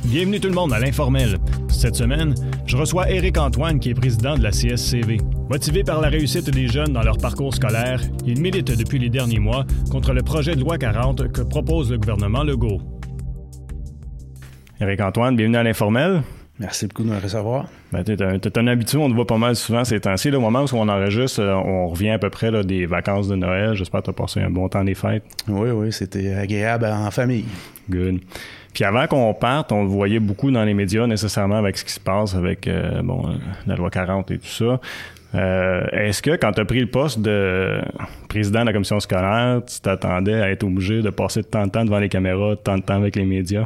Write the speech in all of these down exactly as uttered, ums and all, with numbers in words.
Bienvenue tout le monde à l'Informel. Cette semaine, je reçois Éric Antoine qui est président de la C S C V. Motivé par la réussite des jeunes dans leur parcours scolaire, il milite depuis les derniers mois contre le projet de loi quarante que propose le gouvernement Legault. Éric Antoine, bienvenue à l'Informel. Merci beaucoup de me recevoir. Ben, t'es, un, t'es un habitué, on te voit pas mal souvent ces temps-ci. Là, au moment où on enregistre, on revient à peu près là, des vacances de Noël. J'espère que tu as passé un bon temps des fêtes. Oui, oui, c'était agréable en famille. Good. Puis avant qu'on parte, on le voyait beaucoup dans les médias nécessairement avec ce qui se passe avec euh, bon, la loi quarante et tout ça. Euh, est-ce que quand tu as pris le poste de président de la commission scolaire, tu t'attendais à être obligé de passer tant de temps devant les caméras, tant de temps avec les médias?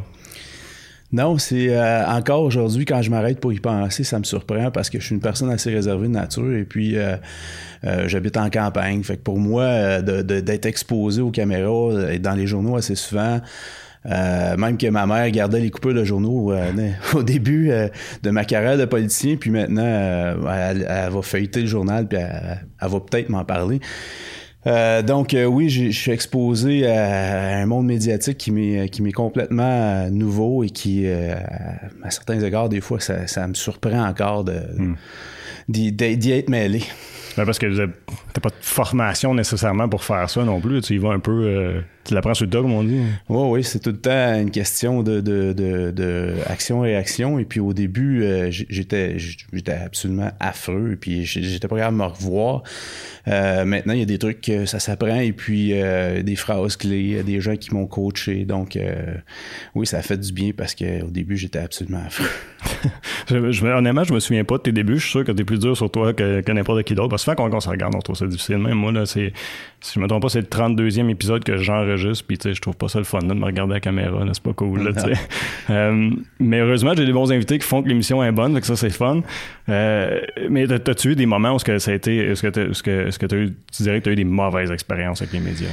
Non, c'est euh, encore aujourd'hui, quand je m'arrête pour y penser, ça me surprend parce que je suis une personne assez réservée de nature et puis euh, euh, j'habite en campagne. Fait que pour moi, euh, de, de, d'être exposé aux caméras, être dans les journaux assez souvent, Euh, même que ma mère gardait les coupures de journaux euh, au début euh, de ma carrière de politicien, puis maintenant, euh, elle, elle va feuilleter le journal, puis elle, elle va peut-être m'en parler. Euh, donc euh, oui, je suis exposé à, à un monde médiatique qui m'est qui m'est complètement euh, nouveau et qui, euh, à certains égards, des fois, ça, ça me surprend encore de, mm. d'y, d'y être mêlé. Ben parce que tu n'as pas de formation nécessairement pour faire ça non plus. Tu y vas un peu... Euh, tu l'apprends sur le tas, comme on dit. Oui, oui, c'est tout le temps une question de, de, de, de action-réaction. Et puis au début, euh, j'étais, j'étais absolument affreux. Et puis j'étais pas capable de me revoir. Euh, maintenant, il y a des trucs que ça s'apprend. Et puis euh, des phrases clés, des gens qui m'ont coaché. Donc euh, oui, ça a fait du bien parce qu'au début, j'étais absolument affreux. je, je, honnêtement, je me souviens pas de tes débuts. Je suis sûr que t'es plus dur sur toi que, que n'importe qui d'autre. Parce que souvent, quand on se regarde, on trouve ça difficile. Même moi, là, c'est, si je me trompe pas, c'est le trente-deuxième épisode que j'enregistre. Puis, tu sais, je trouve pas ça le fun là, de me regarder à la caméra. Là, c'est pas cool, là, tu sais. euh, mais heureusement, j'ai des bons invités qui font que l'émission est bonne. Donc ça, c'est fun. Euh, mais t'as-tu eu des moments où est-ce que ça a été... Est-ce que, est-ce que, est-ce que t'as eu, tu dirais que tu as eu des mauvaises expériences avec les médias?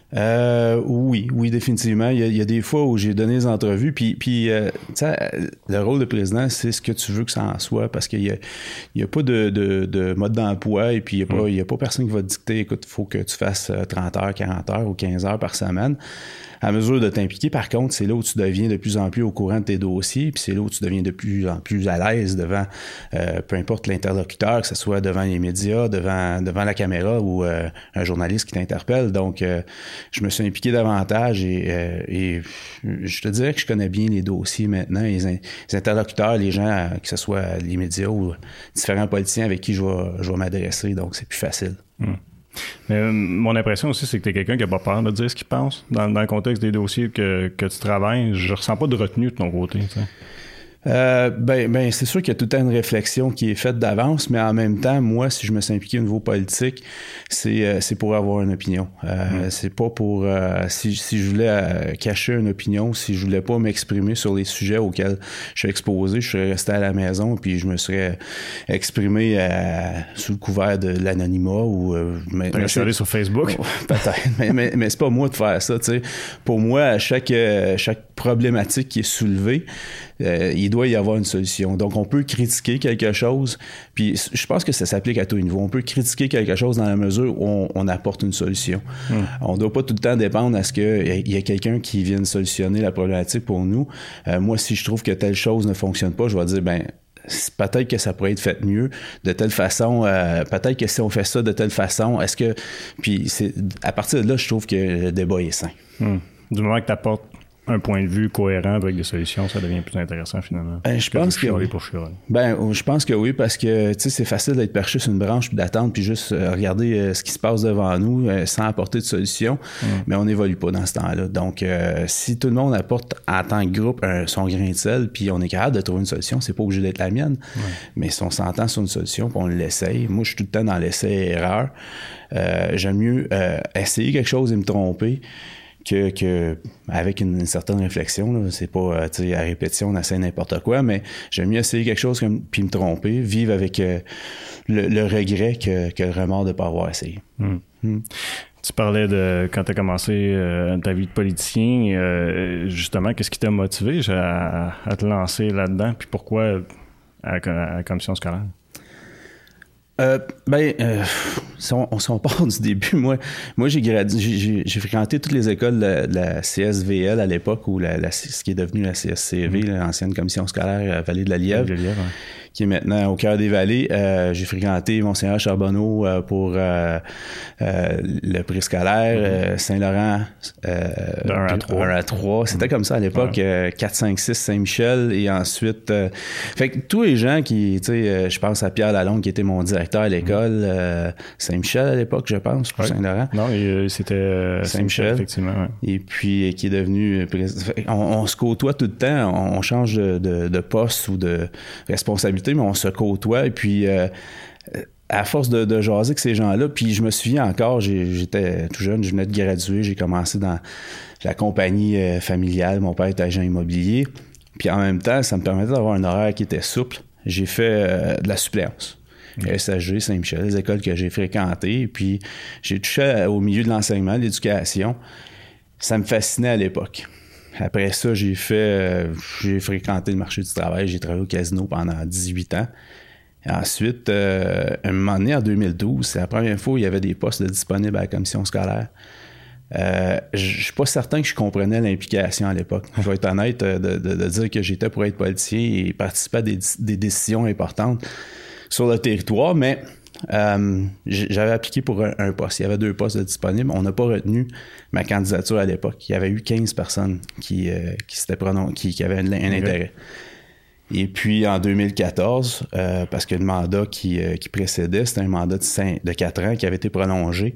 Euh, oui, oui, définitivement. Il y, a, il y a des fois où j'ai donné des entrevues, puis, puis euh, tu sais, le rôle de président, c'est ce que tu veux que ça en soit, parce qu'il y a, il y a pas de, de, de mode d'emploi, et puis il y a pas, mm. il y a pas personne qui va te dicter, écoute, il faut que tu fasses trente heures, quarante heures ou quinze heures par semaine. À mesure de t'impliquer, par contre, c'est là où tu deviens de plus en plus au courant de tes dossiers, puis c'est là où tu deviens de plus en plus à l'aise devant euh, peu importe l'interlocuteur, que ce soit devant les médias, devant devant la caméra ou euh, un journaliste qui t'interpelle. Donc, euh, je me suis impliqué davantage et, euh, et je te dirais que je connais bien les dossiers maintenant, les, in- les interlocuteurs, les gens, que ce soit les médias ou différents politiciens avec qui je vais, je vais m'adresser. Donc, c'est plus facile. Mmh. Mais euh, mon impression aussi, c'est que tu es quelqu'un qui n'a pas peur de dire ce qu'il pense dans, dans le contexte des dossiers que, que tu travailles. Je ressens pas de retenue de ton côté, tu sais. Euh, ben, ben, c'est sûr qu'il y a tout le temps une réflexion qui est faite d'avance, mais en même temps, moi, si je me suis impliqué au niveau politique, c'est, euh, c'est pour avoir une opinion. Euh, mmh. C'est pas pour... Euh, si, si je voulais euh, cacher une opinion, si je voulais pas m'exprimer sur les sujets auxquels je suis exposé, je serais resté à la maison puis je me serais exprimé euh, sous le couvert de l'anonymat ou... Euh, mais, mais c'est allé sur Facebook. Peut-être, mais, mais, mais c'est pas moi de faire ça, tu sais. Pour moi, à chaque, euh, chaque problématique qui est soulevée, euh, il doit y avoir une solution. Donc, on peut critiquer quelque chose, puis je pense que ça s'applique à tous les niveaux. On peut critiquer quelque chose dans la mesure où on, on apporte une solution. Mm. On ne doit pas tout le temps dépendre à ce qu'il y ait quelqu'un qui vienne solutionner la problématique pour nous. Euh, moi, si je trouve que telle chose ne fonctionne pas, je vais dire, ben peut-être que ça pourrait être fait mieux de telle façon, euh, peut-être que si on fait ça de telle façon, est-ce que... Puis c'est, à partir de là, je trouve que le débat est sain. Mm. Du moment que tu apportes un point de vue cohérent avec des solutions, ça devient plus intéressant finalement. Ben, je que pense que oui. Pour ben, je pense que oui, parce que tu sais, c'est facile d'être perché sur une branche puis d'attendre puis juste euh, regarder euh, ce qui se passe devant nous euh, sans apporter de solution, mm. mais on n'évolue pas dans ce temps-là. Donc, euh, si tout le monde apporte en tant que groupe un, son grain de sel puis on est capable de trouver une solution, c'est pas obligé d'être la mienne, mm. mais si on s'entend sur une solution puis on l'essaye, moi je suis tout le temps dans l'essai-erreur, euh, j'aime mieux euh, essayer quelque chose et me tromper que, que avec une, une certaine réflexion, là, c'est pas euh, tu sais, à répétition, on essaie n'importe quoi, mais j'aime mieux essayer quelque chose comme, puis me tromper, vivre avec euh, le, le regret que, que le remords de ne pas avoir essayé. Mm. Mm. Tu parlais de quand tu as commencé euh, ta vie de politicien, euh, justement, qu'est-ce qui t'a motivé à, à te lancer là-dedans, puis pourquoi à, à la commission scolaire? Euh, ben, euh, si, on, si on part du début, moi, moi j'ai, gradu, j'ai, j'ai, j'ai fréquenté toutes les écoles de, de la C S V L à l'époque, ou la, la, ce qui est devenu la C S C V, mmh. l'ancienne commission scolaire Vallée de la Lièvre, de Lièvre ouais. qui est maintenant au cœur des vallées. Euh, j'ai fréquenté Monseigneur Charbonneau euh, pour euh, euh, le préscolaire, mmh. euh, Saint-Laurent, euh, de un à trois. C'était mmh. comme ça à l'époque, ouais. euh, quatre, cinq, six, Saint-Michel, et ensuite... Euh, fait que tous les gens qui, tu sais, euh, je pense à Pierre Lalonde, qui était mon directeur à l'école, mmh. euh, Saint-Michel à l'époque, je pense, ou ouais. Saint-Laurent. Non, et, euh, c'était euh, Saint-Michel, Saint-Michel, effectivement. Ouais. Et puis, qui est devenu... On, on se côtoie tout le temps, on, on change de, de, de poste ou de responsabilité, mais on se côtoie, et puis... Euh, à force de, de jaser avec ces gens-là, puis je me souviens encore, j'ai, j'étais tout jeune, je venais de graduer, j'ai commencé dans la compagnie euh, familiale, mon père était agent immobilier, puis en même temps, ça me permettait d'avoir un horaire qui était souple. J'ai fait euh, de la suppléance. Mmh. S H G, Saint-Michel, les écoles que j'ai fréquentées, puis j'ai touché au milieu de l'enseignement, de l'éducation. Ça me fascinait à l'époque. Après ça, j'ai fait, euh, j'ai fréquenté le marché du travail, j'ai travaillé au casino pendant dix-huit ans. Et ensuite, euh, un moment donné, en deux mille douze, c'est la première fois où il y avait des postes disponibles à la commission scolaire. Euh, je ne suis pas certain que je comprenais l'implication à l'époque. Je vais être honnête de, de, de dire que j'étais pour être politicien et participer à des, des décisions importantes sur le territoire, mais euh, j'avais appliqué pour un, un poste. Il y avait deux postes disponibles. On n'a pas retenu ma candidature à l'époque. Il y avait eu quinze personnes qui, euh, qui, s'étaient pronon- qui, qui avaient un, un okay. intérêt. Et puis, en deux mille quatorze, euh, parce que le mandat qui, euh, qui précédait, c'était un mandat de, cinq, de quatre ans qui avait été prolongé.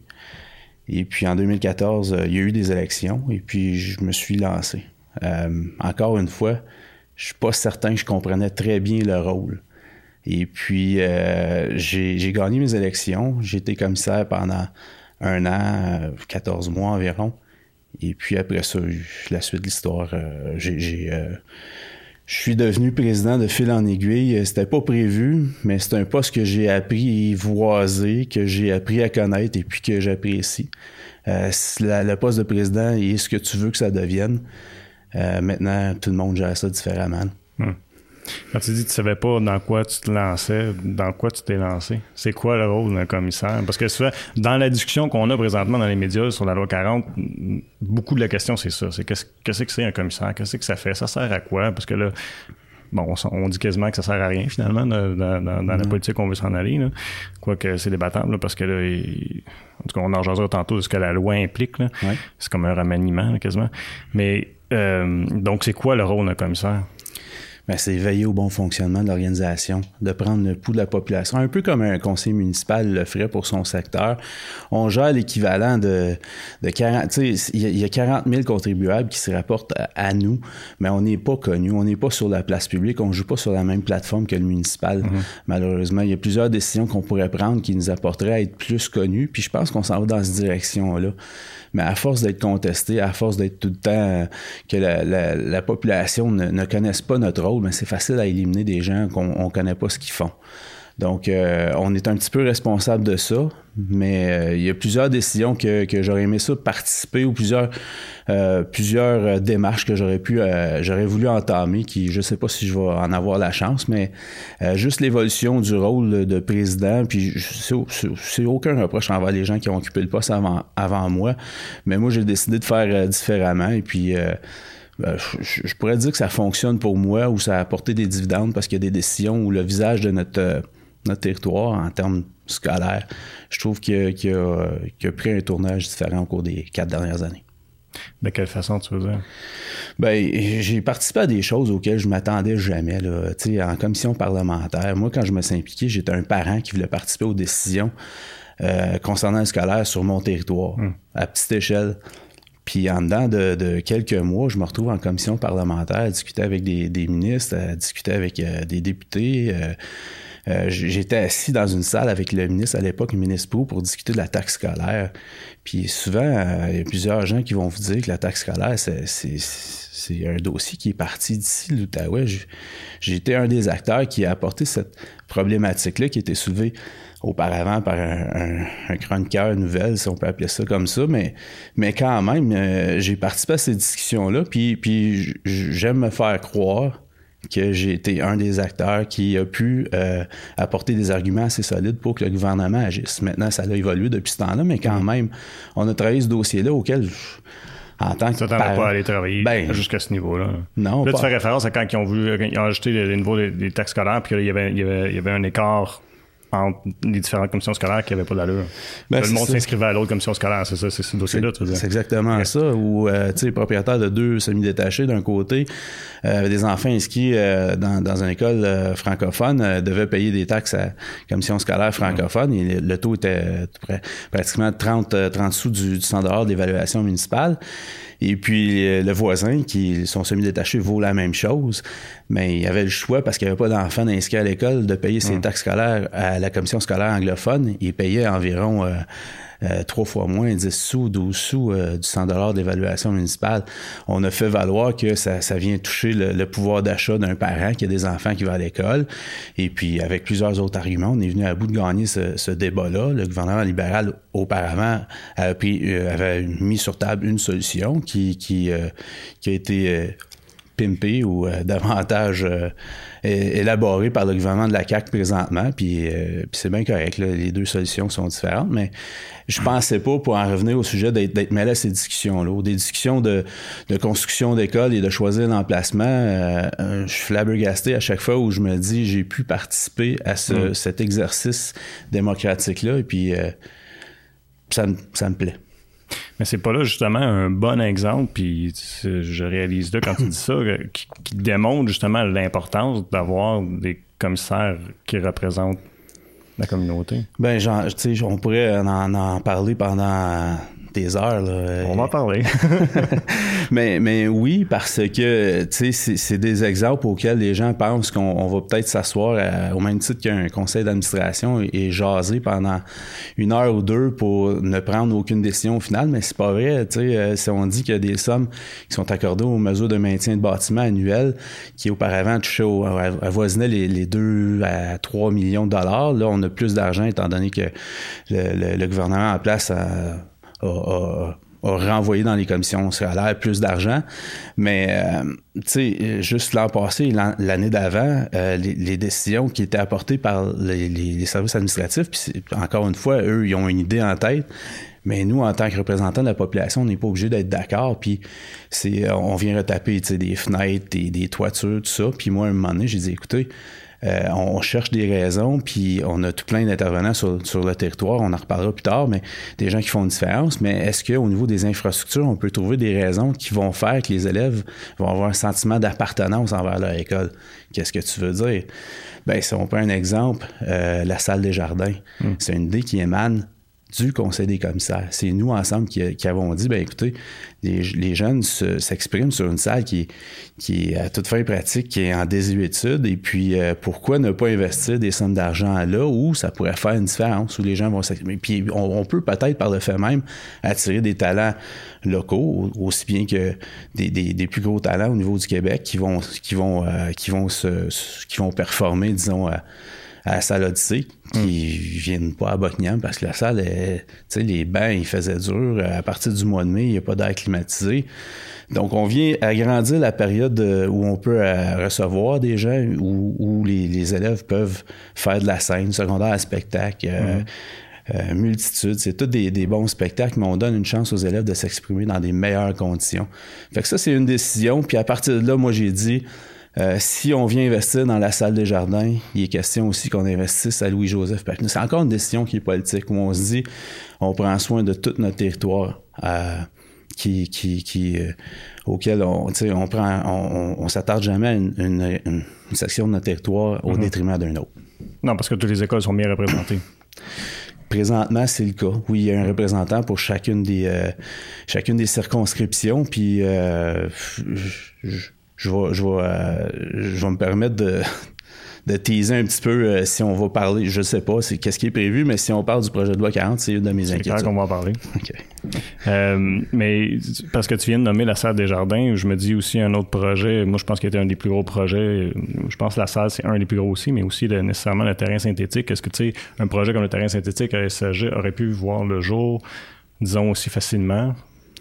Et puis, en deux mille quatorze, euh, il y a eu des élections et puis je me suis lancé. Euh, encore une fois, je suis pas certain que je comprenais très bien le rôle. Et puis, euh, j'ai, j'ai gagné mes élections. J'ai été commissaire pendant un an, quatorze mois environ. Et puis, après ça, la suite de l'histoire, euh, j'ai... j'ai euh, Je suis devenu président de fil en aiguille. C'était pas prévu, mais c'est un poste que j'ai appris à voiser, que j'ai appris à connaître et puis que j'apprécie. Euh, la, le poste de président est ce que tu veux que ça devienne. Euh, maintenant, tout le monde gère ça différemment. Hum. Quand tu dis que tu savais pas dans quoi tu te lançais, dans quoi tu t'es lancé, c'est quoi le rôle d'un commissaire? Parce que souvent, dans la discussion qu'on a présentement dans les médias sur la loi quarante, beaucoup de la question, c'est ça. C'est qu'est-ce, qu'est-ce que c'est un commissaire? Qu'est-ce que ça fait? Ça sert à quoi? Parce que là, bon, on, on dit quasiment que ça sert à rien, finalement, dans, dans, dans mmh. la politique qu'on veut s'en aller. Là. Quoique c'est débattable, là, parce que là, il, en tout cas, on en jasera tantôt de ce que la loi implique. Là. Ouais. C'est comme un remaniement, là, quasiment. Mais, euh, donc, c'est quoi le rôle d'un commissaire? Ben, c'est veiller au bon fonctionnement de l'organisation, de prendre le pouls de la population, un peu comme un conseil municipal le ferait pour son secteur. On gère l'équivalent de, de quarante, tu sais, il y, y a quarante mille contribuables qui se rapportent à, à nous, mais on n'est pas connus, on n'est pas sur la place publique, on joue pas sur la même plateforme que le municipal, mm-hmm. malheureusement. Il y a plusieurs décisions qu'on pourrait prendre qui nous apporteraient à être plus connus, puis je pense qu'on s'en va dans cette direction-là. Mais à force d'être contesté, à force d'être tout le temps euh, que la, la, la population ne, ne connaisse pas notre rôle, mais c'est facile à éliminer des gens qu'on ne connaît pas ce qu'ils font. Donc, euh, on est un petit peu responsable de ça, mais euh, il y a plusieurs décisions que, que j'aurais aimé ça participer ou plusieurs, euh, plusieurs démarches que j'aurais pu, euh, j'aurais voulu entamer, qui je sais pas si je vais en avoir la chance, mais euh, juste l'évolution du rôle de président, puis c'est, c'est, c'est aucun reproche envers les gens qui ont occupé le poste avant, avant moi, mais moi j'ai décidé de faire euh, différemment et puis euh, Ben, je, je pourrais dire que ça fonctionne pour moi ou ça a apporté des dividendes parce qu'il y a des décisions où le visage de notre, euh, notre territoire en termes scolaires, je trouve qu'il a, qu'il a, qu'il a pris un tournage différent au cours des quatre dernières années. De quelle façon tu veux dire? Ben, j'ai participé à des choses auxquelles je m'attendais jamais. Là. Tu sais, en commission parlementaire, moi, quand je me suis impliqué, j'étais un parent qui voulait participer aux décisions euh, concernant le scolaire sur mon territoire, hum. à petite échelle. Puis en dedans de, de quelques mois, je me retrouve en commission parlementaire à discuter avec des, des ministres, à discuter avec euh, des députés. Euh, euh, j'étais assis dans une salle avec le ministre à l'époque, le ministre Proulx, pour discuter de la taxe scolaire. Puis souvent, euh, il y a plusieurs gens qui vont vous dire que la taxe scolaire, c'est, c'est, c'est un dossier qui est parti d'ici, l'Outaouais. J'ai été un des acteurs qui a apporté cette problématique-là qui a été soulevée auparavant par un, un, un chroniqueur nouvelle, si on peut appeler ça comme ça, mais, mais quand même, euh, j'ai participé à ces discussions-là, puis, puis j'aime me faire croire que j'ai été un des acteurs qui a pu euh, apporter des arguments assez solides pour que le gouvernement agisse. Maintenant, ça a évolué depuis ce temps-là, mais quand même, on a travaillé ce dossier-là auquel... En tant que ça t'en pas à aller travailler ben, jusqu'à ce niveau-là. Non, là, pas. Tu fais référence à quand ils ont, vu, quand ils ont ajouté le, le niveau des, des taxes scolaires, puis il y avait, il y avait, il y avait un écart entre les différentes commissions scolaires qui n'avaient pas d'allure. Ben, le monde ça. s'inscrivait à l'autre commission scolaire, c'est ça, c'est ce dossier-là, tu veux dire. C'est exactement ouais. ça, où euh, tu sais, propriétaire de deux semi-détachés d'un côté, euh, des enfants inscrits euh, dans, dans une école euh, francophone euh, devaient payer des taxes à la commission scolaire francophone, mmh. et le, le taux était près, pratiquement trente, trente sous du, du cent dollars d'évaluation municipale. Et puis, le voisin, qui son semi-détaché, vaut la même chose, mais il avait le choix, parce qu'il n'y avait pas d'enfants inscrits à l'école, de payer ses mmh. taxes scolaires à la commission scolaire anglophone. Il payait environ euh, euh, trois fois moins, dix sous, douze sous euh, du cent dollars d'évaluation municipale. On a fait valoir que ça, ça vient toucher le, le pouvoir d'achat d'un parent qui a des enfants qui vont à l'école. Et puis, avec plusieurs autres arguments, on est venu à bout de gagner ce, ce débat-là. Le gouvernement libéral, auparavant, avait, pris, euh, avait mis sur table une solution qui, qui, euh, qui a été euh, pimpée ou euh, davantage euh, élaborée par le gouvernement de la C A Q présentement. Puis, euh, puis c'est bien correct, là, les deux solutions sont différentes, mais je pensais pas, pour en revenir au sujet, d'être, d'être mêlé à ces discussions-là. Des discussions de, de construction d'école et de choisir l'emplacement. Euh, je suis flabbergasté à chaque fois où je me dis j'ai pu participer à ce, mmh. cet exercice démocratique-là, et puis euh, ça, ça me plaît. Mais c'est pas là justement un bon exemple, puis je réalise là quand tu dis ça, qui, qui démontre justement l'importance d'avoir des commissaires qui représentent la communauté. Ben, genre, tu sais, on pourrait en, en parler pendant des heures, là. On va en parler. mais, mais oui, parce que, tu sais, c'est, c'est des exemples auxquels les gens pensent qu'on on va peut-être s'asseoir à, au même titre qu'un conseil d'administration et, et jaser pendant une heure ou deux pour ne prendre aucune décision au final, mais c'est pas vrai, tu sais. Si on dit qu'il y a des sommes qui sont accordées aux mesures de maintien de bâtiments annuels qui auparavant touchaient au, avoisinaient les, les deux à trois millions de dollars, là, on a plus d'argent étant donné que le, le, le gouvernement en place a A, a, a renvoyé dans les commissions scolaires plus d'argent. Mais, euh, tu sais, juste l'an passé et l'an, l'année d'avant, euh, les, les décisions qui étaient apportées par les, les, les services administratifs, puis encore une fois, eux, ils ont une idée en tête. Mais nous, en tant que représentants de la population, on n'est pas obligé d'être d'accord. Puis c'est, on vient retaper, tu sais, des fenêtres, des, des toitures, tout ça. Puis moi, à un moment donné, j'ai dit, écoutez, Euh, on cherche des raisons, puis on a tout plein d'intervenants sur, sur le territoire, on en reparlera plus tard, mais des gens qui font une différence. Mais est-ce qu'au niveau des infrastructures, on peut trouver des raisons qui vont faire que les élèves vont avoir un sentiment d'appartenance envers leur école? Qu'est-ce que tu veux dire? Bien, si on prend un exemple, euh, la salle des jardins, mmh. c'est une idée qui émane du conseil des commissaires. C'est nous, ensemble, qui, qui avons dit, bien écoutez, les, les jeunes se, s'expriment sur une salle qui, qui est à toute fin pratique, qui est en désuétude, et puis euh, pourquoi ne pas investir des sommes d'argent là où ça pourrait faire une différence, où les gens vont s'exprimer. Puis on, on peut peut-être, par le fait même, attirer des talents locaux, aussi bien que des, des, des plus gros talents au niveau du Québec qui vont, qui vont, euh, qui vont, se, qui vont performer, disons, à, à la salle Odyssée, qui mm. viennent pas à Buckingham parce que la salle, tu sais, les bancs, ils faisaient dur. À partir du mois de mai, il n'y a pas d'air climatisé. Donc, on vient agrandir la période où on peut recevoir des gens, où, où les, les élèves peuvent faire de la scène, secondaire à spectacle, mm. euh, euh, multitude. C'est tous des, des bons spectacles, mais on donne une chance aux élèves de s'exprimer dans des meilleures conditions. Fait que ça, c'est une décision. Puis à partir de là, moi, j'ai dit... Euh, si on vient investir dans la salle des jardins, il est question aussi qu'on investisse à Louis-Joseph Papineau. C'est encore une décision qui est politique, où on se dit, on prend soin de tout notre territoire, euh, qui, qui, qui, euh, auquel on, tu sais, on prend, on, on s'attarde jamais à une, une, une section de notre territoire au mm-hmm. détriment d'un autre. Non, parce que toutes les écoles sont bien représentées. Présentement, c'est le cas. Oui, il y a un représentant pour chacune des, euh, chacune des circonscriptions, puis euh, je, je, Je vais, je, vais, euh, je vais me permettre de, de teaser un petit peu euh, si on va parler, je sais pas c'est qu'est-ce qui est prévu, mais si on parle du projet de loi quarante, c'est une de mes c'est inquiétudes. C'est clair qu'on va en parler. Okay. Euh, mais parce que tu viens de nommer la salle des jardins, je me dis aussi un autre projet, moi je pense qu'il était un des plus gros projets, je pense que la salle c'est un des plus gros aussi, mais aussi le, nécessairement le terrain synthétique. Est-ce que tu sais, un projet comme le terrain synthétique à S A G aurait pu voir le jour, disons aussi facilement?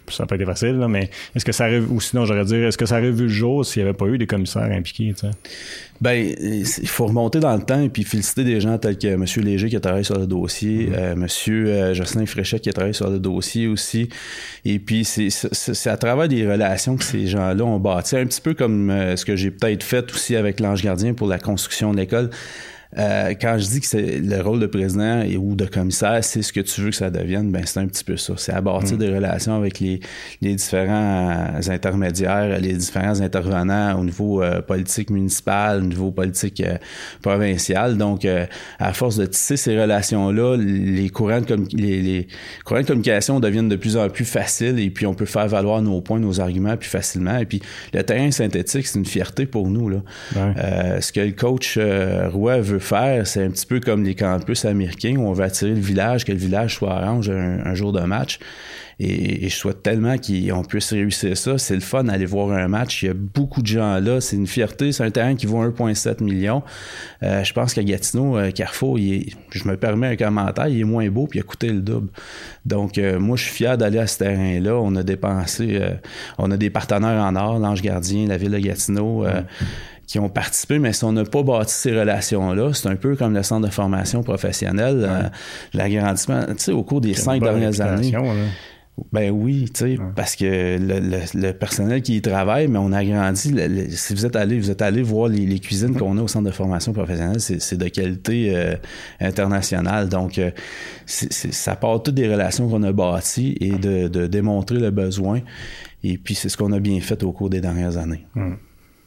ça n'a pas été facile, là, mais est-ce que ça aurait, ou sinon j'aurais dit, est-ce que ça aurait vu le jour s'il n'y avait pas eu des commissaires impliqués, tu sais? Ben, il faut remonter dans le temps et puis féliciter des gens tels que M. Léger qui a travaillé sur le dossier, mmh. euh, M. Euh, Jocelyn Fréchette qui a travaillé sur le dossier aussi. Et puis, c'est, c'est, c'est à travers des relations que ces gens-là ont bâti, un petit peu comme euh, ce que j'ai peut-être fait aussi avec l'Ange Gardien pour la construction de l'école. Euh, quand je dis que c'est le rôle de président et ou de commissaire, c'est ce que tu veux que ça devienne, ben c'est un petit peu ça. C'est à bâtir mmh. des relations avec les, les différents intermédiaires, les différents intervenants au niveau euh, politique municipal, au niveau politique euh, provincial. Donc, euh, à force de tisser ces relations-là, les courants de, com- les, les courants de communication deviennent de plus en plus faciles et puis on peut faire valoir nos points, nos arguments plus facilement. Et puis, le terrain synthétique, c'est une fierté pour nous, là. Ouais. Euh, ce que le coach euh, Roy veut faire, c'est un petit peu comme les campus américains où on veut attirer le village, que le village soit orange un, un jour de match. Et, et je souhaite tellement qu'on puisse réussir ça. C'est le fun d'aller voir un match. Il y a beaucoup de gens là. C'est une fierté. C'est un terrain qui vaut un virgule sept million. Euh, je pense qu'à Gatineau, euh, Carrefour, il est, je me permets un commentaire, il est moins beau puis il a coûté le double. Donc, euh, moi, je suis fier d'aller à ce terrain-là. On a dépensé, euh, on a des partenaires en or, l'Ange Gardien, la Ville de Gatineau, euh, mmh. qui ont participé, mais si on n'a pas bâti ces relations-là, c'est un peu comme le centre de formation professionnelle, ouais. euh, l'agrandissement, tu sais, au cours des cinq dernières années. Là. Ben oui, tu sais, ouais. parce que le, le, le personnel qui y travaille, mais on a agrandi. Le, le, si vous êtes allé, vous êtes allé voir les, les cuisines qu'on a au centre de formation professionnelle, c'est, c'est de qualité euh, internationale. Donc, euh, c'est, c'est, ça part toutes des relations qu'on a bâties et de, de démontrer le besoin. Et puis, c'est ce qu'on a bien fait au cours des dernières années. Hum.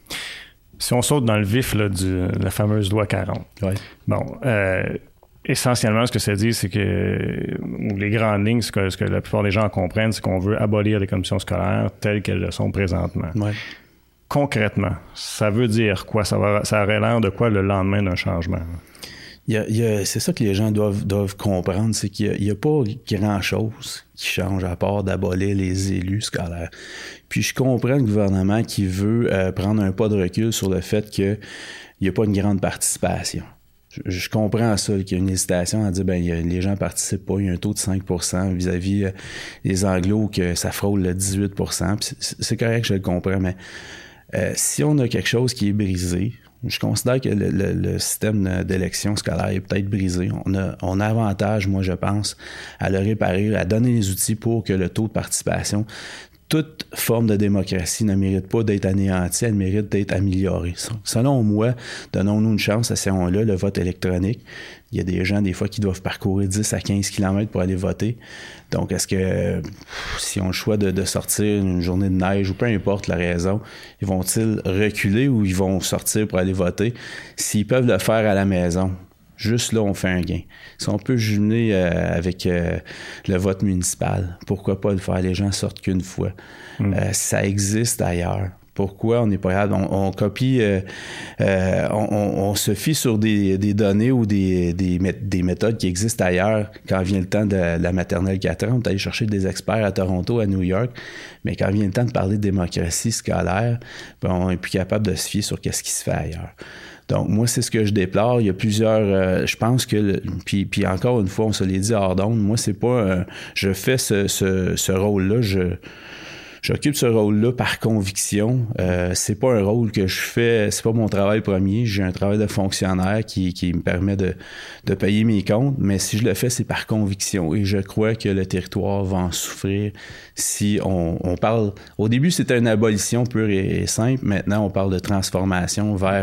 Si on saute dans le vif là, de la fameuse loi quarante, ouais. bon, euh, essentiellement, ce que ça dit, c'est que, ou les grandes lignes, ce que, ce que la plupart des gens comprennent, c'est qu'on veut abolir les commissions scolaires telles qu'elles le sont présentement. Ouais. Concrètement, ça veut dire quoi? Ça, va, ça aurait l'air de quoi le lendemain d'un changement? Il y a, il y a, c'est ça que les gens doivent, doivent comprendre, c'est qu'il n'y a, a pas grand-chose qui change à part d'abolir les élus scolaires. Puis je comprends le gouvernement qui veut euh, prendre un pas de recul sur le fait qu'il n'y a pas une grande participation. Je, je comprends ça, qu'il y a une hésitation à dire ben il y a, les gens ne participent pas, il y a un taux de cinq pour cent vis-à-vis euh, des Anglos, que ça frôle le dix-huit pour cent. Puis c'est, c'est correct, je le comprends, mais euh, si on a quelque chose qui est brisé, je considère que le, le, le système d'élection scolaire est peut-être brisé. On a, on a avantage, moi, je pense, à le réparer, à donner les outils pour que le taux de participation, toute forme de démocratie ne mérite pas d'être anéantie, elle mérite d'être améliorée. Selon moi, donnons-nous une chance, essayons-le, le vote électronique. Il y a des gens, des fois, qui doivent parcourir dix à quinze kilomètres pour aller voter. Donc, est-ce que si on le choix de, de sortir une journée de neige ou peu importe la raison, ils vont-ils reculer ou ils vont sortir pour aller voter? S'ils peuvent le faire à la maison, juste là, on fait un gain. Si on peut jumeler euh, avec euh, le vote municipal, pourquoi pas le faire? Les gens sortent qu'une fois. Mmh. Euh, ça existe ailleurs. Pourquoi on n'est pas capable? On, on copie, euh, euh, on, on se fie sur des, des données ou des, des, des méthodes qui existent ailleurs quand vient le temps de la maternelle quatre ans. On est allé chercher des experts à Toronto, à New York, mais quand vient le temps de parler de démocratie scolaire, ben, on n'est plus capable de se fier sur qu'est-ce qui se fait ailleurs. Donc, moi, c'est ce que je déplore. Il y a plusieurs... Euh, je pense que... Le, puis, puis encore une fois, on se l'est dit hors d'onde. Moi, c'est pas... Euh, je fais ce, ce, ce rôle-là. Je... J'occupe ce rôle-là par conviction. Euh, c'est pas un rôle que je fais, c'est pas mon travail premier. J'ai un travail de fonctionnaire qui, qui me permet de, de payer mes comptes, mais si je le fais, c'est par conviction. Et je crois que le territoire va en souffrir si on, on parle... Au début, c'était une abolition pure et, et simple. Maintenant, on parle de transformation vers...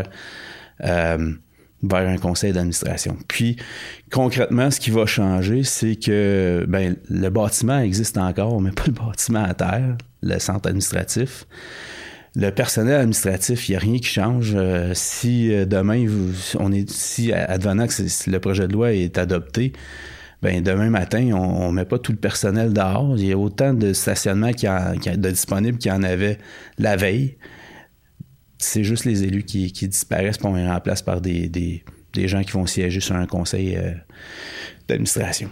Euh, vers un conseil d'administration. Puis, concrètement, ce qui va changer, c'est que ben, le bâtiment existe encore, mais pas le bâtiment à terre, le centre administratif. Le personnel administratif, il n'y a rien qui change. Euh, si euh, demain, vous, on est, si advenant que c'est, le projet de loi est adopté, ben demain matin, on ne met pas tout le personnel dehors. Il y a autant de stationnements qu'il y a, qu'il y a de disponibles qu'il y en avait la veille. C'est juste les élus qui, qui disparaissent puis on les remplace par des, des, des gens qui vont siéger sur un conseil euh, d'administration.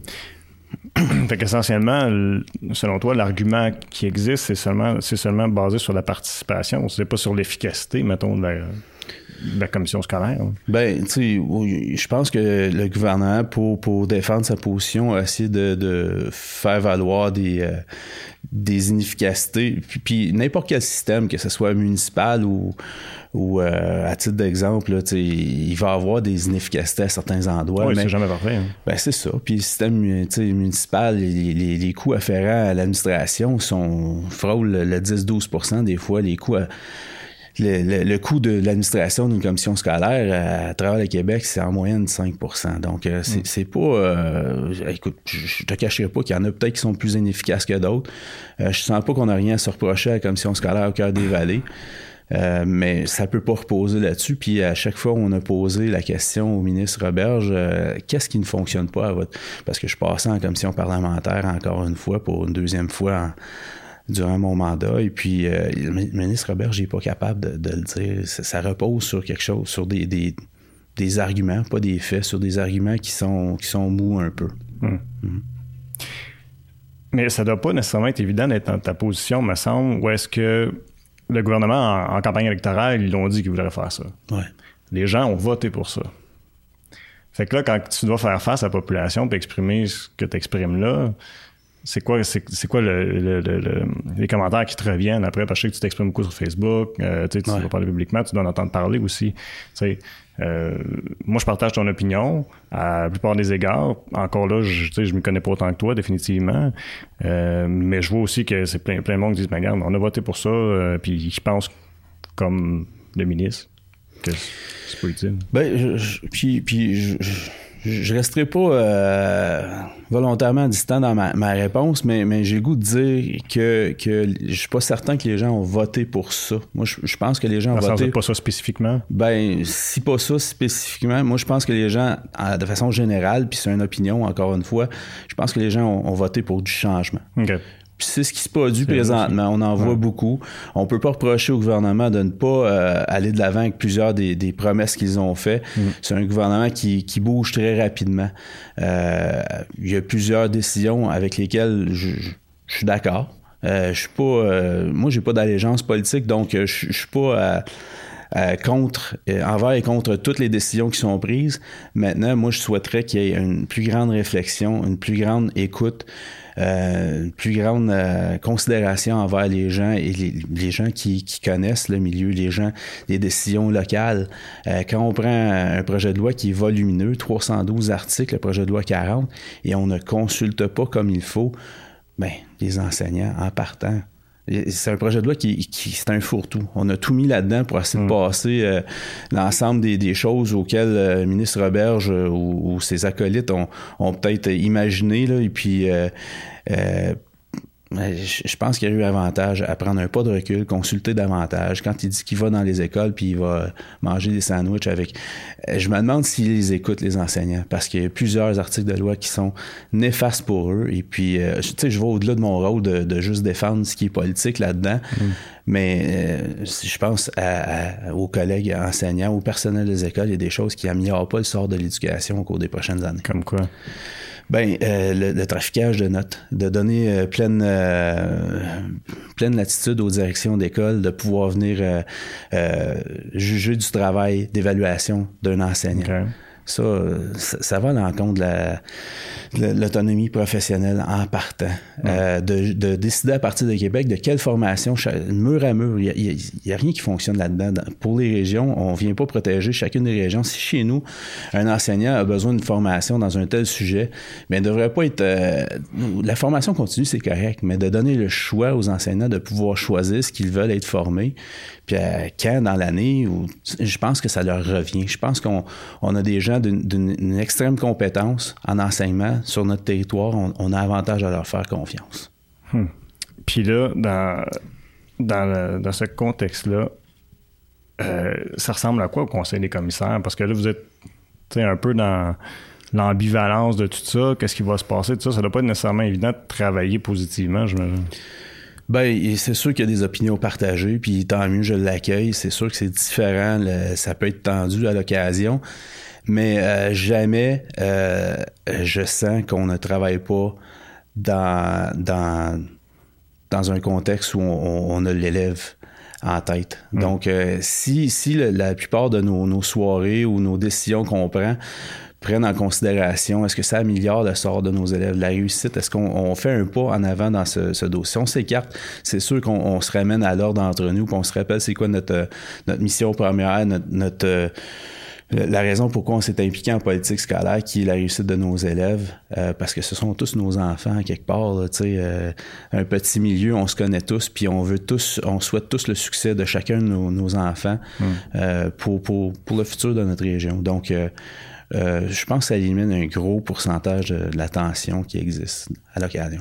Fait qu'essentiellement, selon toi, l'argument qui existe, c'est seulement, c'est seulement basé sur la participation. C'est pas sur l'efficacité, mettons, de la... de la commission scolaire. Hein. Ben, tu sais, je pense que le gouvernement, pour, pour défendre sa position, a essayé de, de faire valoir des, euh, des inefficacités. Puis, puis n'importe quel système, que ce soit municipal ou, ou euh, à titre d'exemple, là, il va y avoir des inefficacités à certains endroits. Oui, mais, c'est jamais parfait. Hein. Ben, c'est ça. Puis le système municipal, les, les, les coûts afférents à l'administration sont frôlent le dix à douze pour cent des fois. Les coûts à, le, le, le coût de l'administration d'une commission scolaire à, à travers le Québec, c'est en moyenne cinq pour cent. Donc, euh, c'est, mm. c'est pas... Euh, écoute, je te cacherai pas qu'il y en a peut-être qui sont plus inefficaces que d'autres. Euh, je sens pas qu'on a rien à se reprocher à la commission scolaire au Cœur des Vallées. Euh, mais ça peut pas reposer là-dessus. Puis à chaque fois, on a posé la question au ministre Roberge, euh, qu'est-ce qui ne fonctionne pas à votre... Parce que je passais en commission parlementaire encore une fois, pour une deuxième fois en... durant mon mandat. Et puis, euh, le ministre Roberge n'est pas capable de, de le dire. Ça, ça repose sur quelque chose, sur des, des, des arguments, pas des faits, sur des arguments qui sont, qui sont mous un peu. Hum. Hum. Mais ça doit pas nécessairement être évident d'être dans ta position, me semble, ou est-ce que le gouvernement, en, en campagne électorale, ils l'ont dit qu'ils voudraient faire ça. Ouais. Les gens ont voté pour ça. Fait que là, quand tu dois faire face à la population et exprimer ce que tu exprimes là, c'est quoi, c'est, c'est quoi le, le, le, le, les commentaires qui te reviennent après? Parce que je sais que tu t'exprimes beaucoup sur Facebook, euh, tu ouais. vas parler publiquement, tu dois en entendre parler aussi. Euh, moi, je partage ton opinion à la plupart des égards. Encore là, je ne m'y connais pas autant que toi, définitivement. Euh, mais je vois aussi que c'est plein, plein de monde qui disent, ben, regarde, on a voté pour ça, euh, puis ils pensent comme le ministre que c'est pas utile. Ben, je, je, puis, puis je, je... Je resterai pas euh, volontairement distant dans ma, ma réponse, mais, mais j'ai le goût de dire que, que je suis pas certain que les gens ont voté pour ça. Moi, je, je pense que les gens ont dans voté... pas ça spécifiquement? Ben, si pas ça spécifiquement, moi, je pense que les gens, de façon générale, puis c'est une opinion, encore une fois, je pense que les gens ont, ont voté pour du changement. OK. Puis c'est ce qui se produit c'est présentement. On en voit ouais. beaucoup. On peut pas reprocher au gouvernement de ne pas euh, aller de l'avant avec plusieurs des, des promesses qu'ils ont fait. Mm. C'est un gouvernement qui, qui bouge très rapidement. Euh, il y a plusieurs décisions avec lesquelles je, je, je suis d'accord. Euh, je suis pas... Euh, moi, j'ai pas d'allégeance politique, donc je, je suis pas... Euh, Euh, contre, euh, envers et contre toutes les décisions qui sont prises. Maintenant, moi, je souhaiterais qu'il y ait une plus grande réflexion, une plus grande écoute, euh, une plus grande euh, considération envers les gens et les, les gens qui, qui connaissent le milieu, les gens, les décisions locales. Euh, quand on prend un projet de loi qui est volumineux, trois cent douze articles, le projet de loi quarante, et on ne consulte pas comme il faut, ben, les enseignants, en partant, c'est un projet de loi qui, qui c'est un fourre-tout. On a tout mis là-dedans pour essayer mmh. de passer euh, l'ensemble des, des choses auxquelles euh, le ministre Roberge euh, ou, ou ses acolytes ont, ont peut-être imaginé, là, et puis euh, euh, je pense qu'il y a eu avantage à prendre un pas de recul, consulter davantage. Quand il dit qu'il va dans les écoles puis il va manger des sandwichs avec... Je me demande s'ils les écoutent, les enseignants, parce qu'il y a plusieurs articles de loi qui sont néfastes pour eux. Et puis, euh, tu sais, je vais au-delà de mon rôle de, de juste défendre ce qui est politique là-dedans. Mm. Mais euh, je pense à, à, aux collègues enseignants, au personnel des écoles, il y a des choses qui n'améliorent pas le sort de l'éducation au cours des prochaines années. Comme quoi? Ben, euh, le, le traficage de notes, de donner euh, pleine euh, pleine latitude aux directions d'école, de pouvoir venir euh, euh, juger du travail d'évaluation d'un enseignant. Okay. Ça, ça, ça va à l'encontre de, la, de l'autonomie professionnelle en partant. Mm. Euh, de, de décider à partir de Québec de quelle formation, mur à mur, il n'y a, a rien qui fonctionne là-dedans. Pour les régions, on ne vient pas protéger chacune des régions. Si chez nous, un enseignant a besoin d'une formation dans un tel sujet, mais il ne devrait pas être... Euh, la formation continue, c'est correct, mais de donner le choix aux enseignants de pouvoir choisir ce qu'ils veulent être formés, puis à quand dans l'année, où, je pense que ça leur revient. Je pense qu'on on a des gens d'une, d'une extrême compétence en enseignement sur notre territoire. On, on a avantage à leur faire confiance. Hmm. Puis là, dans, dans, le, dans ce contexte-là, euh, ça ressemble à quoi au Conseil des commissaires? Parce que là, vous êtes un peu dans l'ambivalence de tout ça. Qu'est-ce qui va se passer? Tout ça, ça ne doit pas être nécessairement évident de travailler positivement, j'imagine. Ben, c'est sûr qu'il y a des opinions partagées, puis tant mieux, je l'accueille. C'est sûr que c'est différent, le, ça peut être tendu à l'occasion, mais euh, jamais euh, je sens qu'on ne travaille pas dans, dans, dans un contexte où on, on a l'élève en tête. Mmh. Donc, euh, si, si le, la plupart de nos, nos soirées ou nos décisions qu'on prend prennent en considération, est-ce que ça améliore le sort de nos élèves, la réussite, est-ce qu'on on fait un pas en avant dans ce, ce dossier? Si on s'écarte, c'est sûr qu'on on se ramène à l'ordre entre nous, puis on se rappelle c'est quoi notre, notre mission première, notre, notre la raison pourquoi on s'est impliqué en politique scolaire, qui est la réussite de nos élèves, euh, parce que ce sont tous nos enfants quelque part, tu sais, euh, un petit milieu, on se connaît tous, puis on veut tous, on souhaite tous le succès de chacun de nos, nos enfants mm. euh, pour, pour, pour le futur de notre région. Donc, euh, euh, je pense que ça élimine un gros pourcentage de, de la tension qui existe à l'occasion.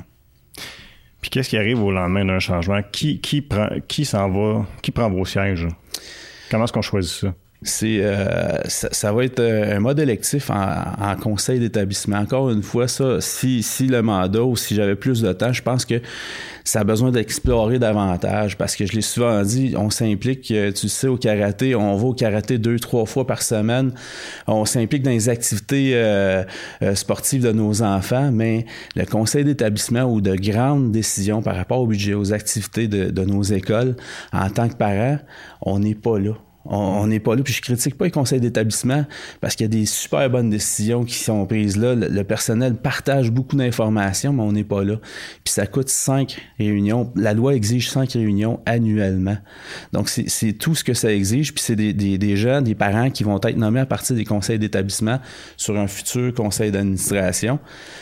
Puis qu'est-ce qui arrive au lendemain d'un changement? Qui, qui prend, qui s'en va, qui prend vos sièges? Comment est-ce qu'on choisit ça? C'est, euh, ça, ça va être un mode électif en, en conseil d'établissement. Encore une fois, ça, si, si le mandat ou si j'avais plus de temps, je pense que ça a besoin d'explorer davantage parce que je l'ai souvent dit, on s'implique, tu sais, au karaté, on va au karaté deux, trois fois par semaine, on s'implique dans les activités euh, euh, sportives de nos enfants, mais le conseil d'établissement ou de grandes décisions par rapport au budget, aux activités de, de nos écoles, en tant que parents, on n'est pas là. On n'est pas là, puis je critique pas les conseils d'établissement parce qu'il y a des super bonnes décisions qui sont prises là. Le, le personnel partage beaucoup d'informations, mais on n'est pas là. Puis ça coûte cinq réunions. La loi exige cinq réunions annuellement. Donc, c'est, c'est tout ce que ça exige. Puis c'est des, des, des gens, des parents qui vont être nommés à partir des conseils d'établissement sur un futur conseil d'administration.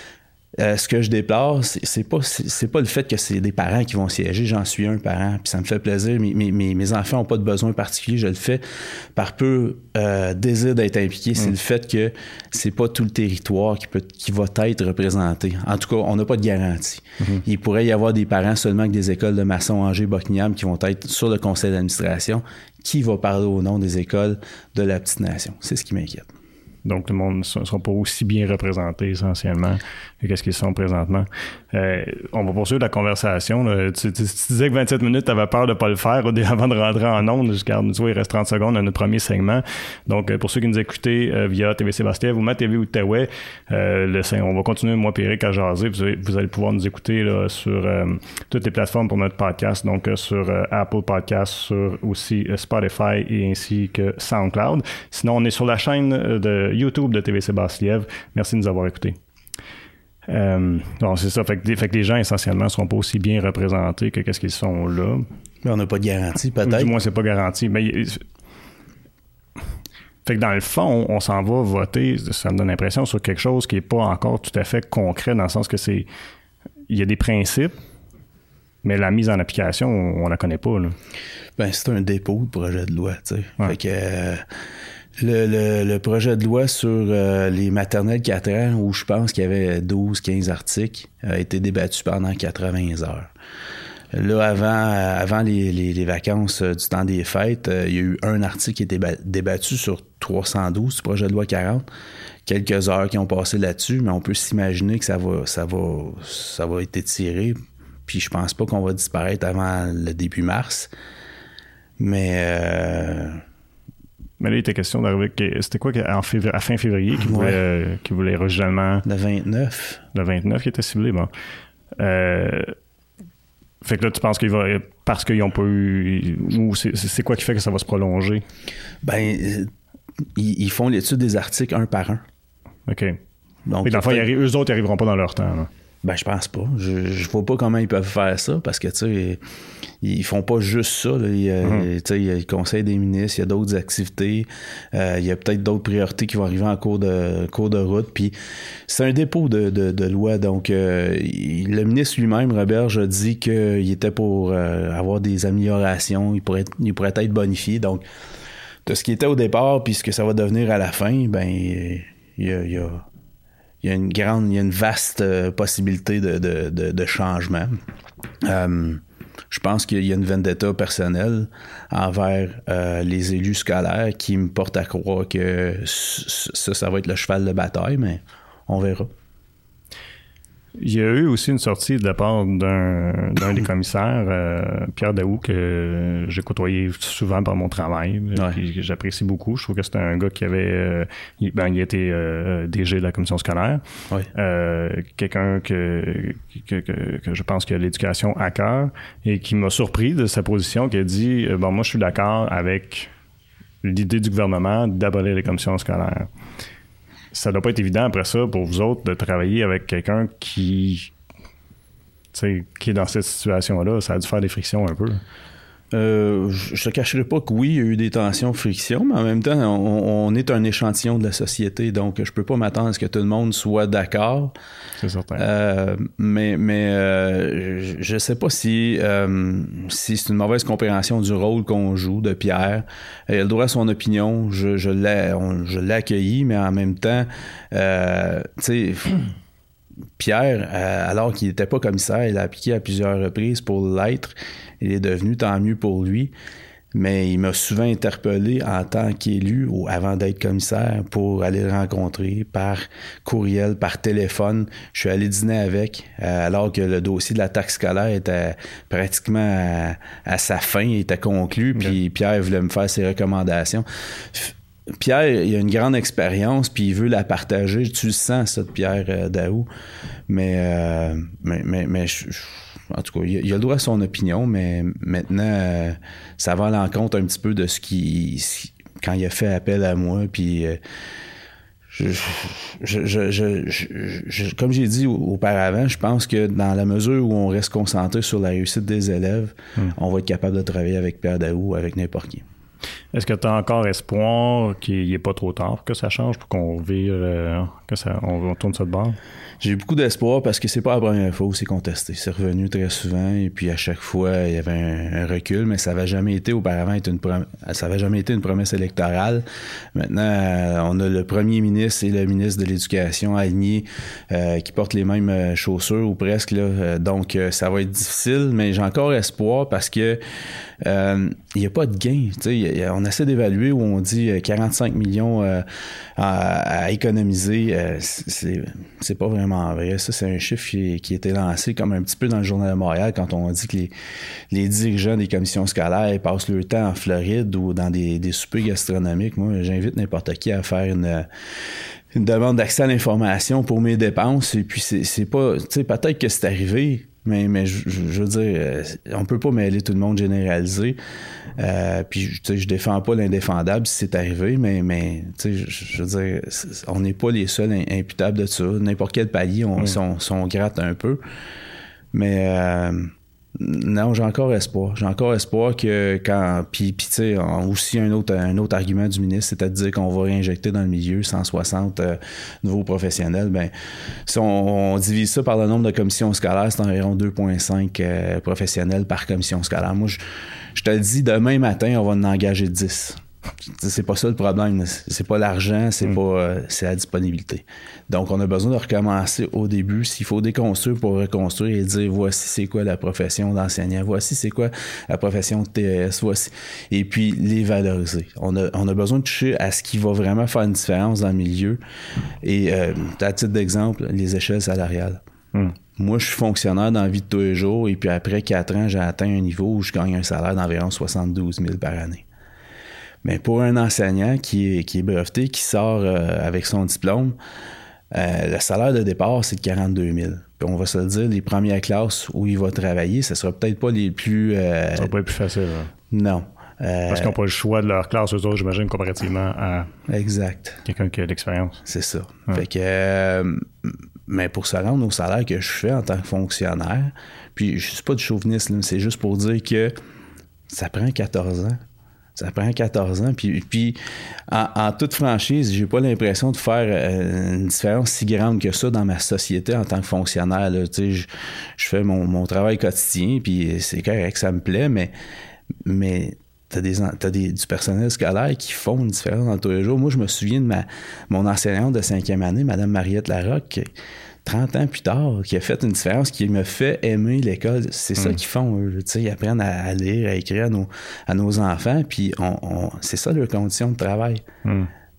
Euh, ce que je déplore, c'est, c'est pas c'est, c'est pas le fait que c'est des parents qui vont siéger. J'en suis un parent, puis ça me fait plaisir. Mes, mes, mes enfants n'ont pas de besoin particulier. Je le fais par peu euh, désir d'être impliqué. Mm. C'est le fait que c'est pas tout le territoire qui peut qui va être représenté. En tout cas, on n'a pas de garantie. Mm-hmm. Il pourrait y avoir des parents seulement avec des écoles de Masson, Angers, Buckingham qui vont être sur le conseil d'administration. Qui va parler au nom des écoles de la petite nation? C'est ce qui m'inquiète. Donc, le monde ne sera pas aussi bien représenté essentiellement que qu'est-ce qu'ils sont présentement. Euh, on va poursuivre la conversation. Là. Tu, tu, tu disais que vingt-sept minutes, tu avais peur de ne pas le faire avant de rentrer en ondes. Je garde, tu vois, il reste trente secondes à notre premier segment. Donc, pour ceux qui nous écoutaient euh, via T V C Bastien ou ma T V Outaouais, euh, le, on va continuer, moi et Eric, à jaser. Vous, avez, vous allez pouvoir nous écouter là, sur euh, toutes les plateformes pour notre podcast, donc euh, sur euh, Apple Podcasts, sur aussi euh, Spotify et ainsi que SoundCloud. Sinon, on est sur la chaîne de YouTube de T V C Basse-Lièvre. Merci de nous avoir écoutés. Euh, bon, c'est ça. Fait que, fait que les gens, essentiellement, ne seront pas aussi bien représentés que qu'est-ce qu'ils sont là. Mais on n'a pas de garantie, peut-être. Du moins, c'est pas garanti. Mais, fait que dans le fond, on, on s'en va voter, ça me donne l'impression, sur quelque chose qui n'est pas encore tout à fait concret, dans le sens que c'est... Il y a des principes, mais la mise en application, on, on la connaît pas, là. Ben, c'est un dépôt de projet de loi, tu sais. Ouais. Fait que... Euh, Le, le, le projet de loi sur euh, les maternelles quatre ans, où je pense qu'il y avait douze à quinze articles, a été débattu pendant quatre-vingts heures. Là, avant, avant les, les, les vacances du temps des fêtes, euh, il y a eu un article qui a été débattu sur trois cent douze du projet de loi quarante. Quelques heures qui ont passé là-dessus, mais on peut s'imaginer que ça va, ça va, ça va être étiré. Puis je pense pas qu'on va disparaître avant le début mars. Mais... Euh, Mais là, il était question d'arriver... C'était quoi en février, à fin février qui voulait, ouais. euh, qui voulait originalement... Le vingt-neuf. Le vingt-neuf qui était ciblé, bon. Euh, fait que là, tu penses qu'il va... Parce qu'ils n'ont pas eu... Ou c'est, c'est quoi qui fait que ça va se prolonger? Ben, euh, ils, ils font l'étude des articles un par un. OK. Donc, et dans le fond, fait... eux autres, ils n'arriveront pas dans leur temps, là. Ben, je pense pas. Je, je vois pas comment ils peuvent faire ça parce que, tu sais, ils font pas juste ça. Là. Il, mm-hmm. Tu sais, il y a le conseil des ministres, il y a d'autres activités, euh, il y a peut-être d'autres priorités qui vont arriver en cours de, cours de route. Puis c'est un dépôt de, de, de loi. Donc, euh, il, le ministre lui-même, Roberge, a dit qu'il était pour euh, avoir des améliorations. Il pourrait, il pourrait être bonifié. Donc, de ce qui était au départ puis ce que ça va devenir à la fin, ben, il y a... Il y a Il y a une grande, il y a une vaste euh, possibilité de, de, de, de changement. Euh, je pense qu'il y a une vendetta personnelle envers euh, les élus scolaires qui me porte à croire que ça, ça va être le cheval de bataille, mais on verra. Il y a eu aussi une sortie de la part d'un, d'un des commissaires, euh, Pierre Daou, que j'ai côtoyé souvent par mon travail, ouais. Puis que j'apprécie beaucoup. Je trouve que c'était un gars qui avait... Euh, il, ben, il était euh, D G de la commission scolaire. Ouais. Euh, quelqu'un que, que, que, que je pense qu'il a l'éducation à cœur et qui m'a surpris de sa position, qui a dit euh, « Bon, moi, je suis d'accord avec l'idée du gouvernement d'abolir les commissions scolaires. » Ça doit pas être évident après ça pour vous autres de travailler avec quelqu'un qui, qui est dans cette situation-là. Ça a dû faire des frictions un peu. Euh, je te cacherai pas que oui, il y a eu des tensions, frictions, mais en même temps, on, on est un échantillon de la société, donc je peux pas m'attendre à ce que tout le monde soit d'accord. C'est certain. Euh, mais mais euh, je sais pas si, euh, si c'est une mauvaise compréhension du rôle qu'on joue de Pierre. Il a le droit à son opinion, je, je, l'ai, on, je l'ai accueilli, mais en même temps, euh, tu sais... Pierre, euh, alors qu'il n'était pas commissaire, il a appliqué à plusieurs reprises pour l'être. Il est devenu, tant mieux pour lui. Mais il m'a souvent interpellé en tant qu'élu ou avant d'être commissaire pour aller le rencontrer par courriel, par téléphone. Je suis allé dîner avec euh, alors que le dossier de la taxe scolaire était pratiquement à, à sa fin, il était conclu. Puis Pierre voulait me faire ses recommandations. Pierre, il a une grande expérience, puis il veut la partager. Tu le sens, ça, de Pierre euh, Daou. Mais, euh, mais, mais, mais je, je, en tout cas, il a, il a le droit à son opinion, mais maintenant, euh, ça va à l'encontre un petit peu de ce qui... Quand il a fait appel à moi, puis... Euh, je, je, je, je, je, je, comme j'ai dit auparavant, je pense que dans la mesure où on reste concentré sur la réussite des élèves, hum. on va être capable de travailler avec Pierre Daou, avec n'importe qui. Est-ce que tu as encore espoir qu'il n'est pas trop tard pour que ça change, pour qu'on vire, euh, que ça, on, on tourne ça de bord? J'ai beaucoup d'espoir parce que c'est pas la première fois où c'est contesté. C'est revenu très souvent et puis à chaque fois, il y avait un, un recul, mais ça n'avait jamais été auparavant une prom- ça avait jamais été une promesse électorale. Maintenant, euh, on a le premier ministre et le ministre de l'Éducation alignés euh, qui portent les mêmes chaussures ou presque. Là. Euh, donc, euh, ça va être difficile, mais j'ai encore espoir parce que il euh, n'y a pas de gain. Y a, on essaie d'évaluer où on dit quarante-cinq millions euh, à, à économiser. Euh, c'est, c'est pas vraiment vrai. Ça, c'est un chiffre qui, qui a été lancé comme un petit peu dans le Journal de Montréal quand on dit que les, les dirigeants des commissions scolaires passent leur temps en Floride ou dans des, des soupers gastronomiques. Moi, j'invite n'importe qui à faire une... une demande d'accès à l'information pour mes dépenses. Et puis, c'est, c'est pas... Tu sais, peut-être que c'est arrivé... Mais, mais je, je veux dire, euh, on peut pas mêler tout le monde généralisé. Euh, puis, tu sais, je défends pas l'indéfendable si c'est arrivé, mais, mais tu sais, je, je veux dire, on n'est pas les seuls imputables de ça. N'importe quel palier, on, oui. on, on gratte un peu. Mais euh, non, j'ai encore espoir. J'ai encore espoir que quand... Puis, puis tu sais, aussi un autre, un autre argument du ministre, c'est à dire qu'on va réinjecter dans le milieu cent soixante euh, nouveaux professionnels. Ben, si on, on divise ça par le nombre de commissions scolaires, c'est environ deux virgule cinq euh, professionnels par commission scolaire. Moi, je, je te le dis, demain matin, on va en engager dix. C'est pas ça le problème. C'est pas l'argent, c'est mm. pas euh, c'est la disponibilité. Donc, on a besoin de recommencer au début. S'il faut déconstruire pour reconstruire et dire voici c'est quoi la profession d'enseignant, voici c'est quoi la profession de T E S, voici. Et puis les valoriser. On a, on a besoin de toucher à ce qui va vraiment faire une différence dans le milieu. Et euh, à titre d'exemple, les échelles salariales. Mm. Moi, je suis fonctionnaire dans la vie de tous les jours et puis après quatre ans, j'ai atteint un niveau où je gagne un salaire d'environ soixante-douze mille par année. Mais pour un enseignant qui est, qui est breveté, qui sort euh, avec son diplôme, euh, le salaire de départ, c'est de quarante-deux mille. Puis on va se le dire, les premières classes où il va travailler, ce sera peut-être pas les plus... Euh, ça va pas être plus facile. Hein? Non. Euh, Parce qu'ils n'ont pas le choix de leur classe, eux autres, j'imagine, comparativement à exact. quelqu'un qui a de l'expérience. C'est ça. Ouais. Fait que... Euh, mais pour se rendre au salaire que je fais en tant que fonctionnaire, puis je suis pas du chauvinisme, c'est juste pour dire que ça prend quatorze ans. Ça prend quatorze ans. Puis, puis en, en toute franchise, j'ai pas l'impression de faire euh, une différence si grande que ça dans ma société en tant que fonctionnaire. Là. Tu sais, je, je fais mon, mon travail quotidien, puis c'est correct, ça me plaît, mais, mais t'as, des, t'as des, du personnel scolaire qui font une différence dans tous les jours. Moi, je me souviens de ma, mon enseignante de cinquième année, Mme Mariette Larocque, trente ans plus tard, qui a fait une différence, qui me fait aimer l'école. C'est mm. ça qu'ils font, eux. Tu sais, ils apprennent à, à lire, à écrire à nos, à nos enfants, puis on, on, c'est ça leur condition de travail. Mm. Tu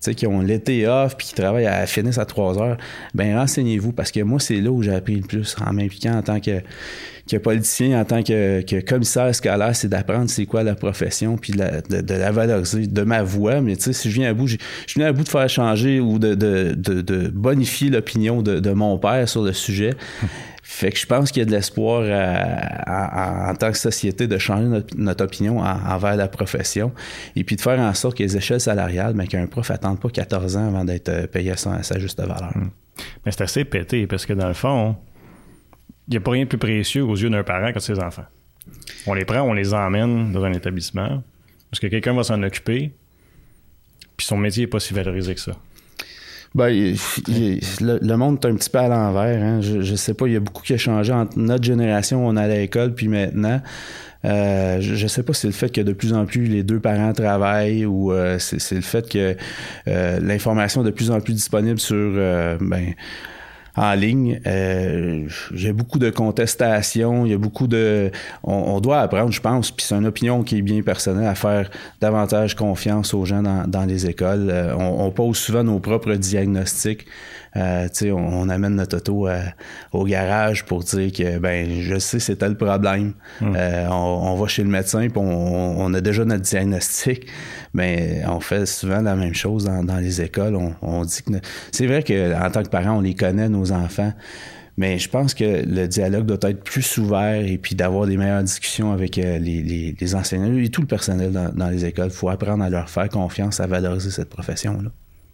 sais, qui ont l'été off puis qui travaillent à finir à trois heures, ben renseignez-vous, parce que moi, c'est là où j'ai appris le plus en m'impliquant en tant que, que politicien, en tant que, que commissaire scolaire, c'est d'apprendre c'est quoi la profession puis de la, de, de la valoriser, de ma voix. Mais tu sais, si je viens à bout, je, je viens à bout de faire changer ou de, de, de, de bonifier l'opinion de, de mon père sur le sujet. Fait que je pense qu'il y a de l'espoir à, à, à, en tant que société de changer notre, notre opinion en, envers la profession et puis de faire en sorte que les échelles salariales, mais qu'un prof n'attende pas quatorze ans avant d'être payé à sa, à sa juste valeur. Mmh. Mais c'est assez pété parce que dans le fond, il n'y a pas rien de plus précieux aux yeux d'un parent que ses enfants. On les prend, on les emmène dans un établissement parce que quelqu'un va s'en occuper puis son métier n'est pas si valorisé que ça. Ben, il, il, le, le monde est un petit peu à l'envers. Hein. Je, je sais pas, il y a beaucoup qui a changé entre notre génération, on allait à l'école, puis maintenant. Euh, je, je sais pas si c'est le fait que de plus en plus les deux parents travaillent ou euh, c'est, c'est le fait que euh, l'information est de plus en plus disponible sur euh, ben en ligne. Euh, j'ai beaucoup de contestations, il y a beaucoup de... On, on doit apprendre, je pense, puis c'est une opinion qui est bien personnelle, à faire davantage confiance aux gens dans, dans les écoles. Euh, on, on pose souvent nos propres diagnostics. Euh, tu sais, on, on amène notre auto à, au garage pour dire que, ben, je sais, c'était le problème. Mmh. Euh, on, on va chez le médecin, puis on, on a déjà notre diagnostic. Mais on fait souvent la même chose dans, dans les écoles. On, on dit que... C'est vrai qu'en tant que parents, on les connaît, nos enfants. Mais je pense que le dialogue doit être plus ouvert et puis d'avoir des meilleures discussions avec les, les, les enseignants et tout le personnel dans, dans les écoles. Il faut apprendre à leur faire confiance, à valoriser cette profession-là.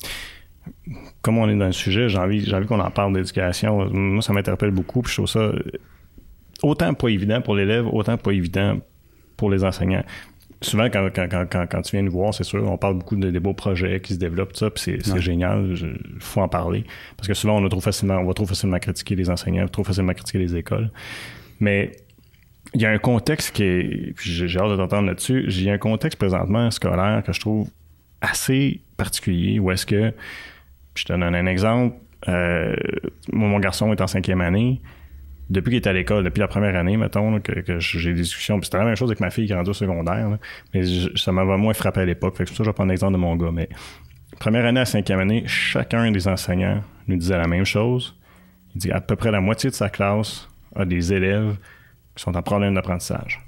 Comme on est dans le sujet, j'ai envie, j'ai envie qu'on en parle d'éducation. Moi, ça m'interpelle beaucoup. Puis je trouve ça autant pas évident pour l'élève, autant pas évident pour les enseignants. Souvent, quand, quand, quand, quand tu viens nous voir, c'est sûr, on parle beaucoup de, des beaux projets qui se développent, ça, puis c'est, c'est ouais. génial. Il faut en parler. Parce que souvent, on, a trop facilement, on va trop facilement critiquer les enseignants, trop facilement critiquer les écoles. Mais il y a un contexte qui est... Puis j'ai, j'ai hâte de t'entendre là-dessus. Il y a un contexte présentement scolaire que je trouve assez particulier, où est-ce que... Je te donne un exemple. Euh, moi, mon garçon est en cinquième année. Depuis qu'il est à l'école, depuis la première année, mettons, là, que, que j'ai des discussions, puis c'était la même chose avec ma fille qui est rendue au secondaire, là, mais je, ça m'avait moins frappé à l'époque. Fait que c'est pour ça que je vais prendre l'exemple de mon gars. Mais première année à cinquième année, chacun des enseignants nous disait la même chose. Il dit à peu près la moitié de sa classe a des élèves qui sont en problème d'apprentissage.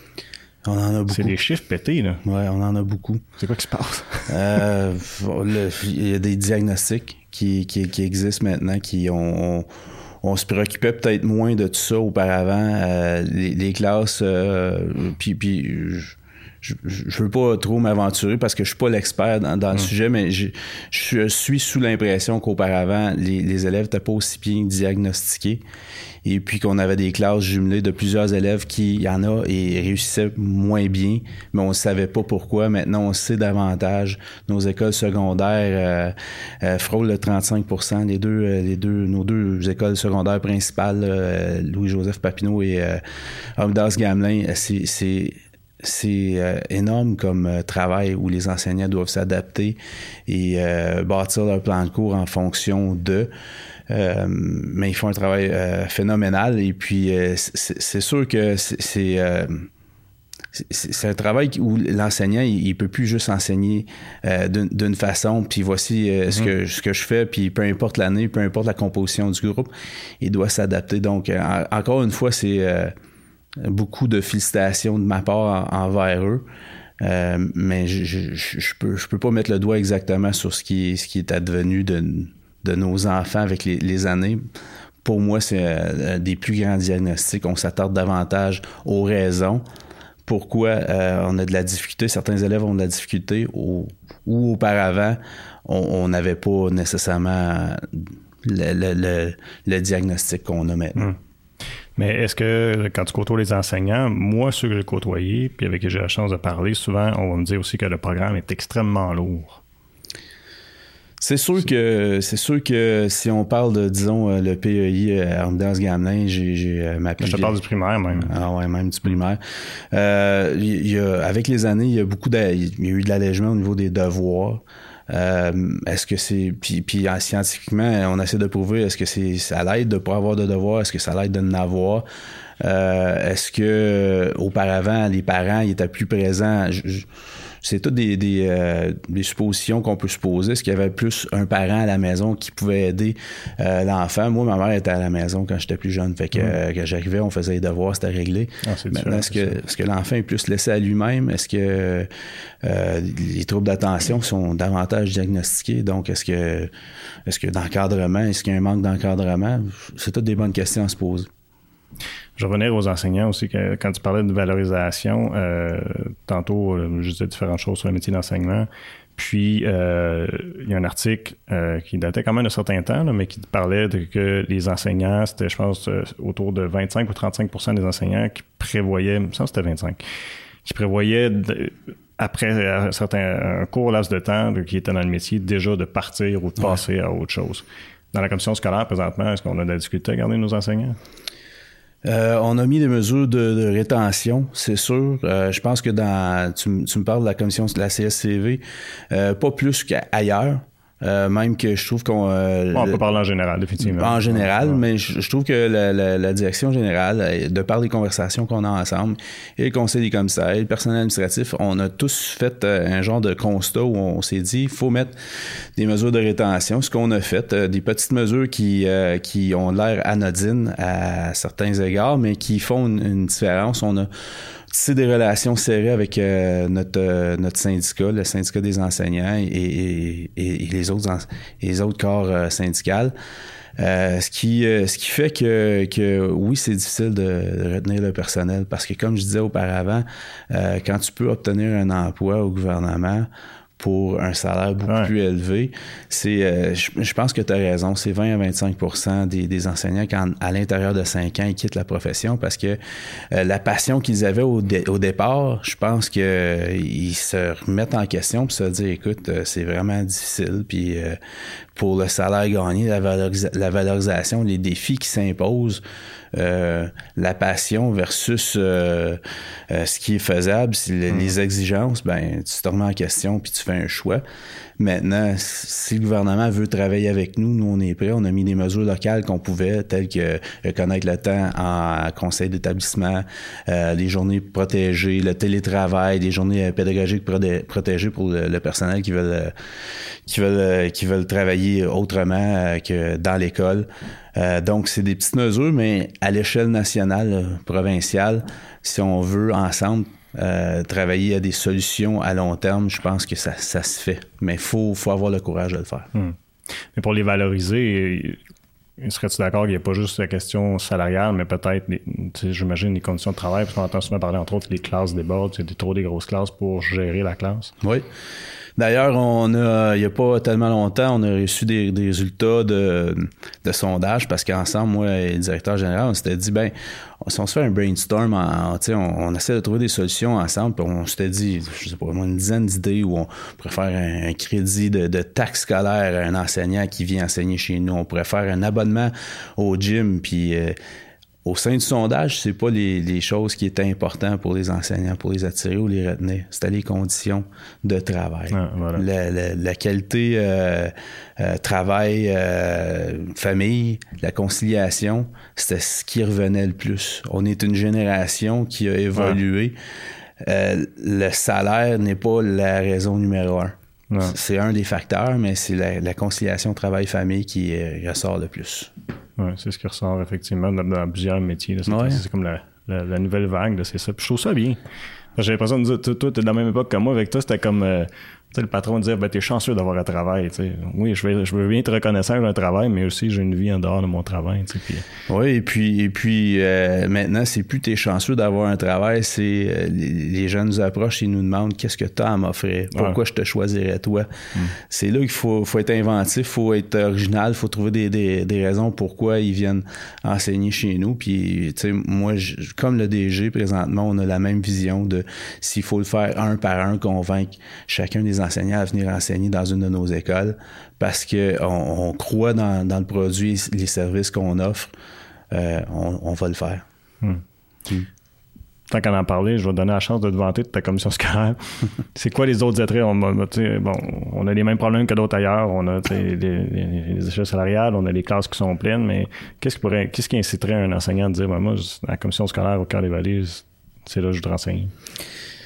On en a beaucoup. C'est des chiffres pétés, là. Oui, on en a beaucoup. C'est quoi qui se passe? euh, le, il y a des diagnostics qui, qui, qui existent maintenant, qui ont... On, on se préoccupait peut-être moins de tout ça auparavant. Euh, les, les classes, euh, puis, puis je, je, je veux pas trop m'aventurer parce que je suis pas l'expert dans, dans le mmh. sujet, mais je, je suis sous l'impression qu'auparavant, les, les élèves n'étaient pas aussi bien diagnostiqués. Et puis qu'on avait des classes jumelées de plusieurs élèves qui, il y en a, et réussissaient moins bien, mais on ne savait pas pourquoi. Maintenant, on sait davantage. Nos écoles secondaires euh, euh, frôlent le trente-cinq pour cent. Les deux, euh, les deux, nos deux écoles secondaires principales, euh, Louis-Joseph Papineau et euh, Armidas-Gamelin, c'est... c'est C'est euh, énorme comme euh, travail où les enseignants doivent s'adapter et euh, bâtir leur plan de cours en fonction de. Euh, mais ils font un travail euh, phénoménal et puis euh, c'est, c'est sûr que c'est, c'est, euh, c'est, c'est un travail où l'enseignant il, il peut plus juste enseigner euh, d'une, d'une façon puis voici euh, mm-hmm. ce que ce que je fais puis peu importe l'année, peu importe la composition du groupe, il doit s'adapter. Donc euh, en, encore une fois c'est euh, beaucoup de félicitations de ma part en, envers eux. Euh, mais je, je, je peux je peux pas mettre le doigt exactement sur ce qui est, ce qui est advenu de, de nos enfants avec les, les années. Pour moi, c'est euh, des plus grands diagnostics. On s'attarde davantage aux raisons. Pourquoi euh, on a de la difficulté, certains élèves ont de la difficulté, ou, ou auparavant, on n'avait pas nécessairement le, le, le, le diagnostic qu'on a maintenant. Mmh. Mais est-ce que, quand tu côtoies les enseignants, moi, ceux que j'ai côtoyés, puis avec qui j'ai la chance de parler, souvent, on va me dire aussi que le programme est extrêmement lourd. C'est sûr c'est... que c'est sûr que si on parle de, disons, le P E I à Armidas-Gamelin, j'ai, j'ai ma Je te parle du primaire, même. Ah ouais, même du primaire. Euh, y a, avec les années, il y a beaucoup de, il y a eu de l'allègement au niveau des devoirs. Euh, est-ce que c'est... Puis, puis scientifiquement, on essaie de prouver, est-ce que c'est ça l'aide de ne pas avoir de devoirs? Est-ce que ça l'aide de n'en avoir? Euh, est-ce que auparavant les parents ils étaient plus présents? Je, je, c'est toutes des, des, euh, des suppositions qu'on peut supposer. Est-ce qu'il y avait plus un parent à la maison qui pouvait aider euh, l'enfant? Moi, ma mère était à la maison quand j'étais plus jeune. Fait que, mmh. euh, quand j'arrivais, on faisait les devoirs, c'était réglé. Ah, Maintenant, est-ce que, est-ce que l'enfant est plus laissé à lui-même? Est-ce que euh, les troubles d'attention sont davantage diagnostiqués? Donc, est-ce que, est-ce que d'encadrement, est-ce qu'il y a un manque d'encadrement? C'est toutes des bonnes questions à se poser. Je vais revenir aux enseignants aussi. Que, quand tu parlais de valorisation, euh, tantôt, je disais différentes choses sur le métier d'enseignement. Puis, euh, il y a un article euh, qui datait quand même d'un certain temps, là, mais qui parlait de que les enseignants, c'était, je pense, autour de vingt-cinq ou trente-cinq pour cent des enseignants qui prévoyaient, il me semble que c'était vingt-cinq, qui prévoyaient, de, après un certain un court laps de temps de, qui était dans le métier, déjà de partir ou de passer ouais. à autre chose. Dans la commission scolaire, présentement, est-ce qu'on a de la difficulté à garder nos enseignants? Euh, on a mis des mesures de, de rétention, c'est sûr. Euh, je pense que dans, tu, tu me parles de la commission de la C S C V, euh, pas plus qu'ailleurs. Euh, même que je trouve qu'on... Euh, on peut parler en général, définitivement. En général, ouais. mais je, je trouve que la, la, la direction générale, de par les conversations qu'on a ensemble, et le conseil des commissaires, et le personnel administratif, on a tous fait un genre de constat où on s'est dit, il faut mettre des mesures de rétention. Ce qu'on a fait, des petites mesures qui, euh, qui ont l'air anodines à certains égards, mais qui font une, une différence. On a tisser des relations serrées avec euh, notre euh, notre syndicat, le syndicat des enseignants et, et, et, et les autres en, et les autres corps euh, syndicaux. Euh, ce qui euh, ce qui fait que que oui, c'est difficile de, de retenir le personnel parce que comme je disais auparavant, euh, quand tu peux obtenir un emploi au gouvernement pour un salaire beaucoup ouais. plus élevé, c'est euh, je, je pense que tu as raison, c'est vingt à vingt-cinq pour cent des, des enseignants qui, à l'intérieur de cinq ans, ils quittent la profession parce que euh, la passion qu'ils avaient au, dé, au départ, je pense qu'ils euh, se remettent en question puis se disent, écoute, euh, c'est vraiment difficile, puis euh, pour le salaire gagné, la, valorisa- la valorisation, les défis qui s'imposent, Euh, la passion versus euh, euh, ce qui est faisable, si les, mmh. les exigences, ben tu te remets en question puis tu fais un choix. Maintenant, si le gouvernement veut travailler avec nous, nous on est prêts. On a mis des mesures locales qu'on pouvait, telles que reconnaître le temps en conseil d'établissement, euh, les journées protégées, le télétravail, les journées pédagogiques protégées pour le, le personnel qui veulent qui veulent qui veulent travailler autrement euh, que dans l'école. Euh, donc, c'est des petites mesures, mais à l'échelle nationale, euh, provinciale, si on veut ensemble euh, travailler à des solutions à long terme, je pense que ça, ça se fait. Mais il faut, faut avoir le courage de le faire. Hum. Mais pour les valoriser, serais-tu d'accord qu'il n'y a pas juste la question salariale, mais peut-être, les, j'imagine, les conditions de travail, parce qu'on entend souvent parler, entre autres, des classes débordent, il y a trop des grosses classes pour gérer la classe. Oui. D'ailleurs, on a, il n'y a pas tellement longtemps, on a reçu des, des résultats de, de sondage parce qu'ensemble, moi et le directeur général, on s'était dit, ben, si on se fait un brainstorm, en, on, on essaie de trouver des solutions ensemble, puis on s'était dit, je sais pas, une dizaine d'idées où on pourrait faire un, un crédit de, de taxe scolaire à un enseignant qui vient enseigner chez nous. On pourrait faire un abonnement au gym, puis euh, au sein du sondage, c'est pas les, les choses qui étaient importantes pour les enseignants, pour les attirer ou les retenir. C'était les conditions de travail. Ah, voilà. la, la, la qualité euh, euh, travail, euh, famille, la conciliation, c'était ce qui revenait le plus. On est une génération qui a évolué. Ouais. Euh, le salaire n'est pas la raison numéro un. Ouais. C'est un des facteurs, mais c'est la, la conciliation travail-famille qui euh, ressort le plus. Oui, c'est ce qui ressort effectivement dans, dans plusieurs métiers. Là. C'est, ouais. c'est comme la, la, la nouvelle vague, là, c'est ça. Puis je trouve ça bien. J'ai l'impression de dire, toi, t'es de la même époque que moi. Avec toi, c'était comme, euh, tu sais, le patron disait, ben, t'es chanceux d'avoir un travail, tu sais. Oui, je veux, je veux bien être reconnaissant d'un travail, mais aussi, j'ai une vie en dehors de mon travail, tu sais. Puis... Oui, et puis, et puis euh, maintenant, c'est plus t'es chanceux d'avoir un travail, c'est euh, les, les gens nous approchent et nous demandent qu'est-ce que t'as à m'offrir, pourquoi ouais. je te choisirais toi. Mm. C'est là qu'il faut, faut être inventif, il faut être original, il faut trouver des, des, des raisons pourquoi ils viennent enseigner chez nous. Puis, tu sais, moi, je, comme le D G, présentement, on a la même vision de s'il faut le faire un par un, convaincre chacun des enseignants à venir enseigner dans une de nos écoles parce qu'on on croit dans, dans le produit, les services qu'on offre, euh, on, on va le faire. Hmm. Hmm. Tant qu'on en parlait, je vais te donner la chance de te vanter de ta commission scolaire. C'est quoi les autres attraits? On, bon, on a les mêmes problèmes que d'autres ailleurs. On a les, les, les échelles salariales, on a les classes qui sont pleines, mais qu'est-ce qui, pourrait, qu'est-ce qui inciterait un enseignant à dire ben, moi, la commission scolaire au Cœur des Vallées, c'est là que je voudrais enseigner?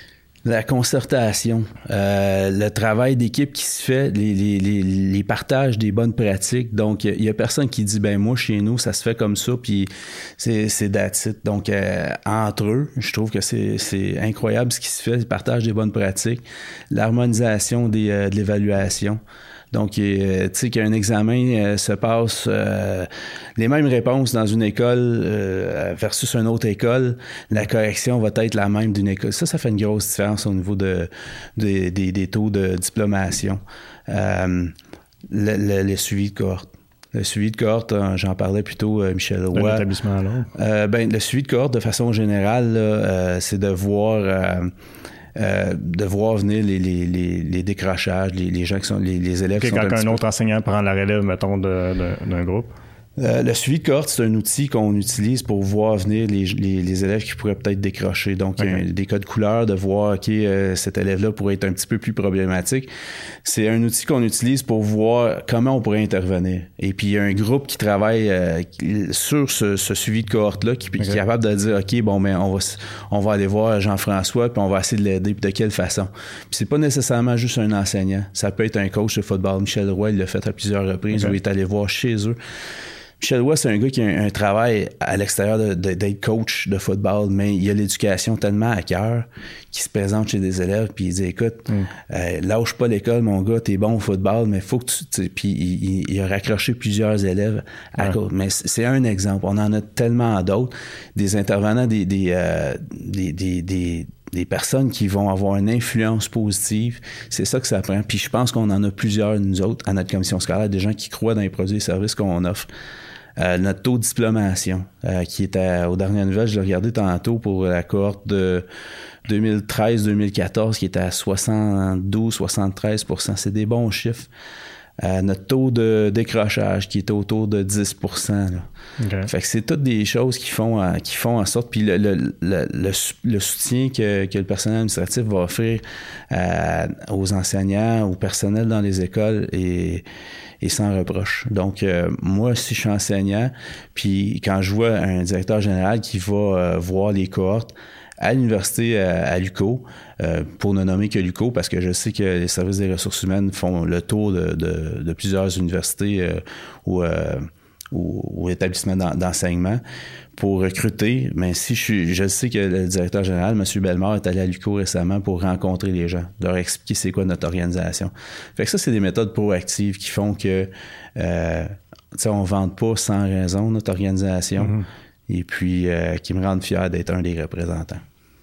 La concertation, euh, le travail d'équipe qui se fait, les, les, les, les partages des bonnes pratiques. Donc, il y a personne qui dit, ben moi, chez nous, ça se fait comme ça, puis c'est, c'est that's it. Donc, euh, entre eux, je trouve que c'est, c'est incroyable ce qui se fait, le partage des bonnes pratiques, l'harmonisation des, euh, de l'évaluation. Donc, euh, tu sais qu'un examen euh, se passe euh, les mêmes réponses dans une école euh, versus une autre école, la correction va être la même d'une école. Ça, ça fait une grosse différence au niveau de, de, de des taux de diplomation. Euh, le, le, le suivi de cohorte. Le suivi de cohorte, j'en parlais plutôt, euh, Michel Roy. D'un établissement à l'autre. Euh, ben, le suivi de cohorte, de façon générale, là, euh, c'est de voir... Euh, Euh, de voir venir les, les, les, les décrochages, les, les gens qui sont les, les élèves okay, qui sont quand un, un autre peu... enseignant prend la relève, mettons, de, de, d'un groupe. Euh, le suivi de cohorte, c'est un outil qu'on utilise pour voir venir les, les, les élèves qui pourraient peut-être décrocher. Donc, okay. il y a des codes couleurs de voir, OK, euh, cet élève-là pourrait être un petit peu plus problématique. C'est un outil qu'on utilise pour voir comment on pourrait intervenir. Et puis, il y a un groupe qui travaille euh, sur ce, ce suivi de cohorte-là, qui, okay. qui est capable de dire, OK, bon, ben, on va, on va aller voir Jean-François, puis on va essayer de l'aider, puis de quelle façon. Puis, c'est pas nécessairement juste un enseignant. Ça peut être un coach de football. Michel Roy, il l'a fait à plusieurs reprises, okay. où il est allé voir chez eux. Michel Roy, c'est un gars qui a un, un travail à l'extérieur de, de, d'être coach de football, mais il a l'éducation tellement à cœur qu'il se présente chez des élèves puis il dit, écoute, mm. euh, lâche pas l'école, mon gars, t'es bon au football, mais faut que tu... Puis il, il, il a raccroché plusieurs élèves à ouais. cause. Mais c'est un exemple. On en a tellement d'autres. Des intervenants, des... des, euh, des, des, des des personnes qui vont avoir une influence positive, c'est ça que ça prend. Puis je pense qu'on en a plusieurs, nous autres, à notre commission scolaire, des gens qui croient dans les produits et services qu'on offre. Euh, notre taux de diplomation, euh, qui est à, aux dernières nouvelles, je l'ai regardé tantôt pour la cohorte de deux mille treize deux mille quatorze, qui était à soixante-douze à soixante-treize pour cent. C'est des bons chiffres. Euh, notre taux de décrochage qui est autour de dix pour cent. Là. Okay. Fait que c'est toutes des choses qui font, euh, qui font en sorte. Puis le, le, le, le, le soutien que, que le personnel administratif va offrir euh, aux enseignants, au personnel dans les écoles est, est sans reproche. Donc, euh, moi, si je suis enseignant, puis quand je vois un directeur général qui va euh, voir les cohortes, à l'université à, à l'U Q O, euh, pour ne nommer que l'U Q O, parce que je sais que les services des ressources humaines font le tour de, de, de plusieurs universités euh, ou, euh, ou, ou établissements d'enseignement pour recruter. Mais si je suis, je sais que le directeur général, M. Bellemare, est allé à l'U Q O récemment pour rencontrer les gens, leur expliquer c'est quoi notre organisation. Fait que ça, c'est des méthodes proactives qui font que euh, on ne vende pas sans raison notre organisation. Mm-hmm. Et puis, euh, qui me rendent fier d'être un des représentants.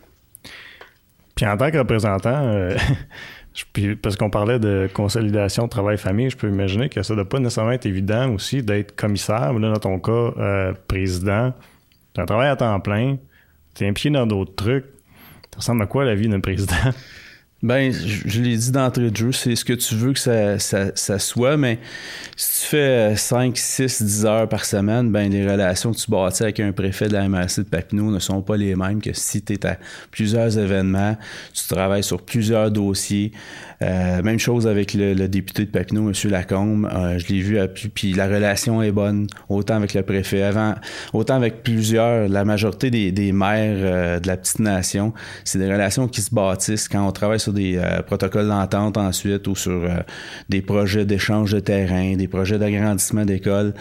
Puis en tant que représentant, euh, je, parce qu'on parlait de consolidation travail-famille, je peux imaginer que ça ne doit pas nécessairement être évident aussi d'être commissaire, ou là, dans ton cas, euh, président. Tu as un travail à temps plein, tu es impliqué dans d'autres trucs. Ça ressemble à quoi la vie d'un président? Ben, je, je l'ai dit d'entrée de jeu, c'est ce que tu veux que ça, ça, ça soit, mais si tu fais cinq, six, dix heures par semaine, ben les relations que tu bâtis avec un préfet de la M R C de Papineau ne sont pas les mêmes que si tu es à plusieurs événements, tu travailles sur plusieurs dossiers. Euh, même chose avec le, le député de Papineau, M. Lacombe, euh, je l'ai vu, à, puis la relation est bonne, autant avec le préfet, avant, autant avec plusieurs, la majorité des, des maires euh, de la petite nation, c'est des relations qui se bâtissent quand on travaille sur des euh, protocoles d'entente ensuite ou sur euh, des projets d'échange de terrain, des projets d'agrandissement d'école.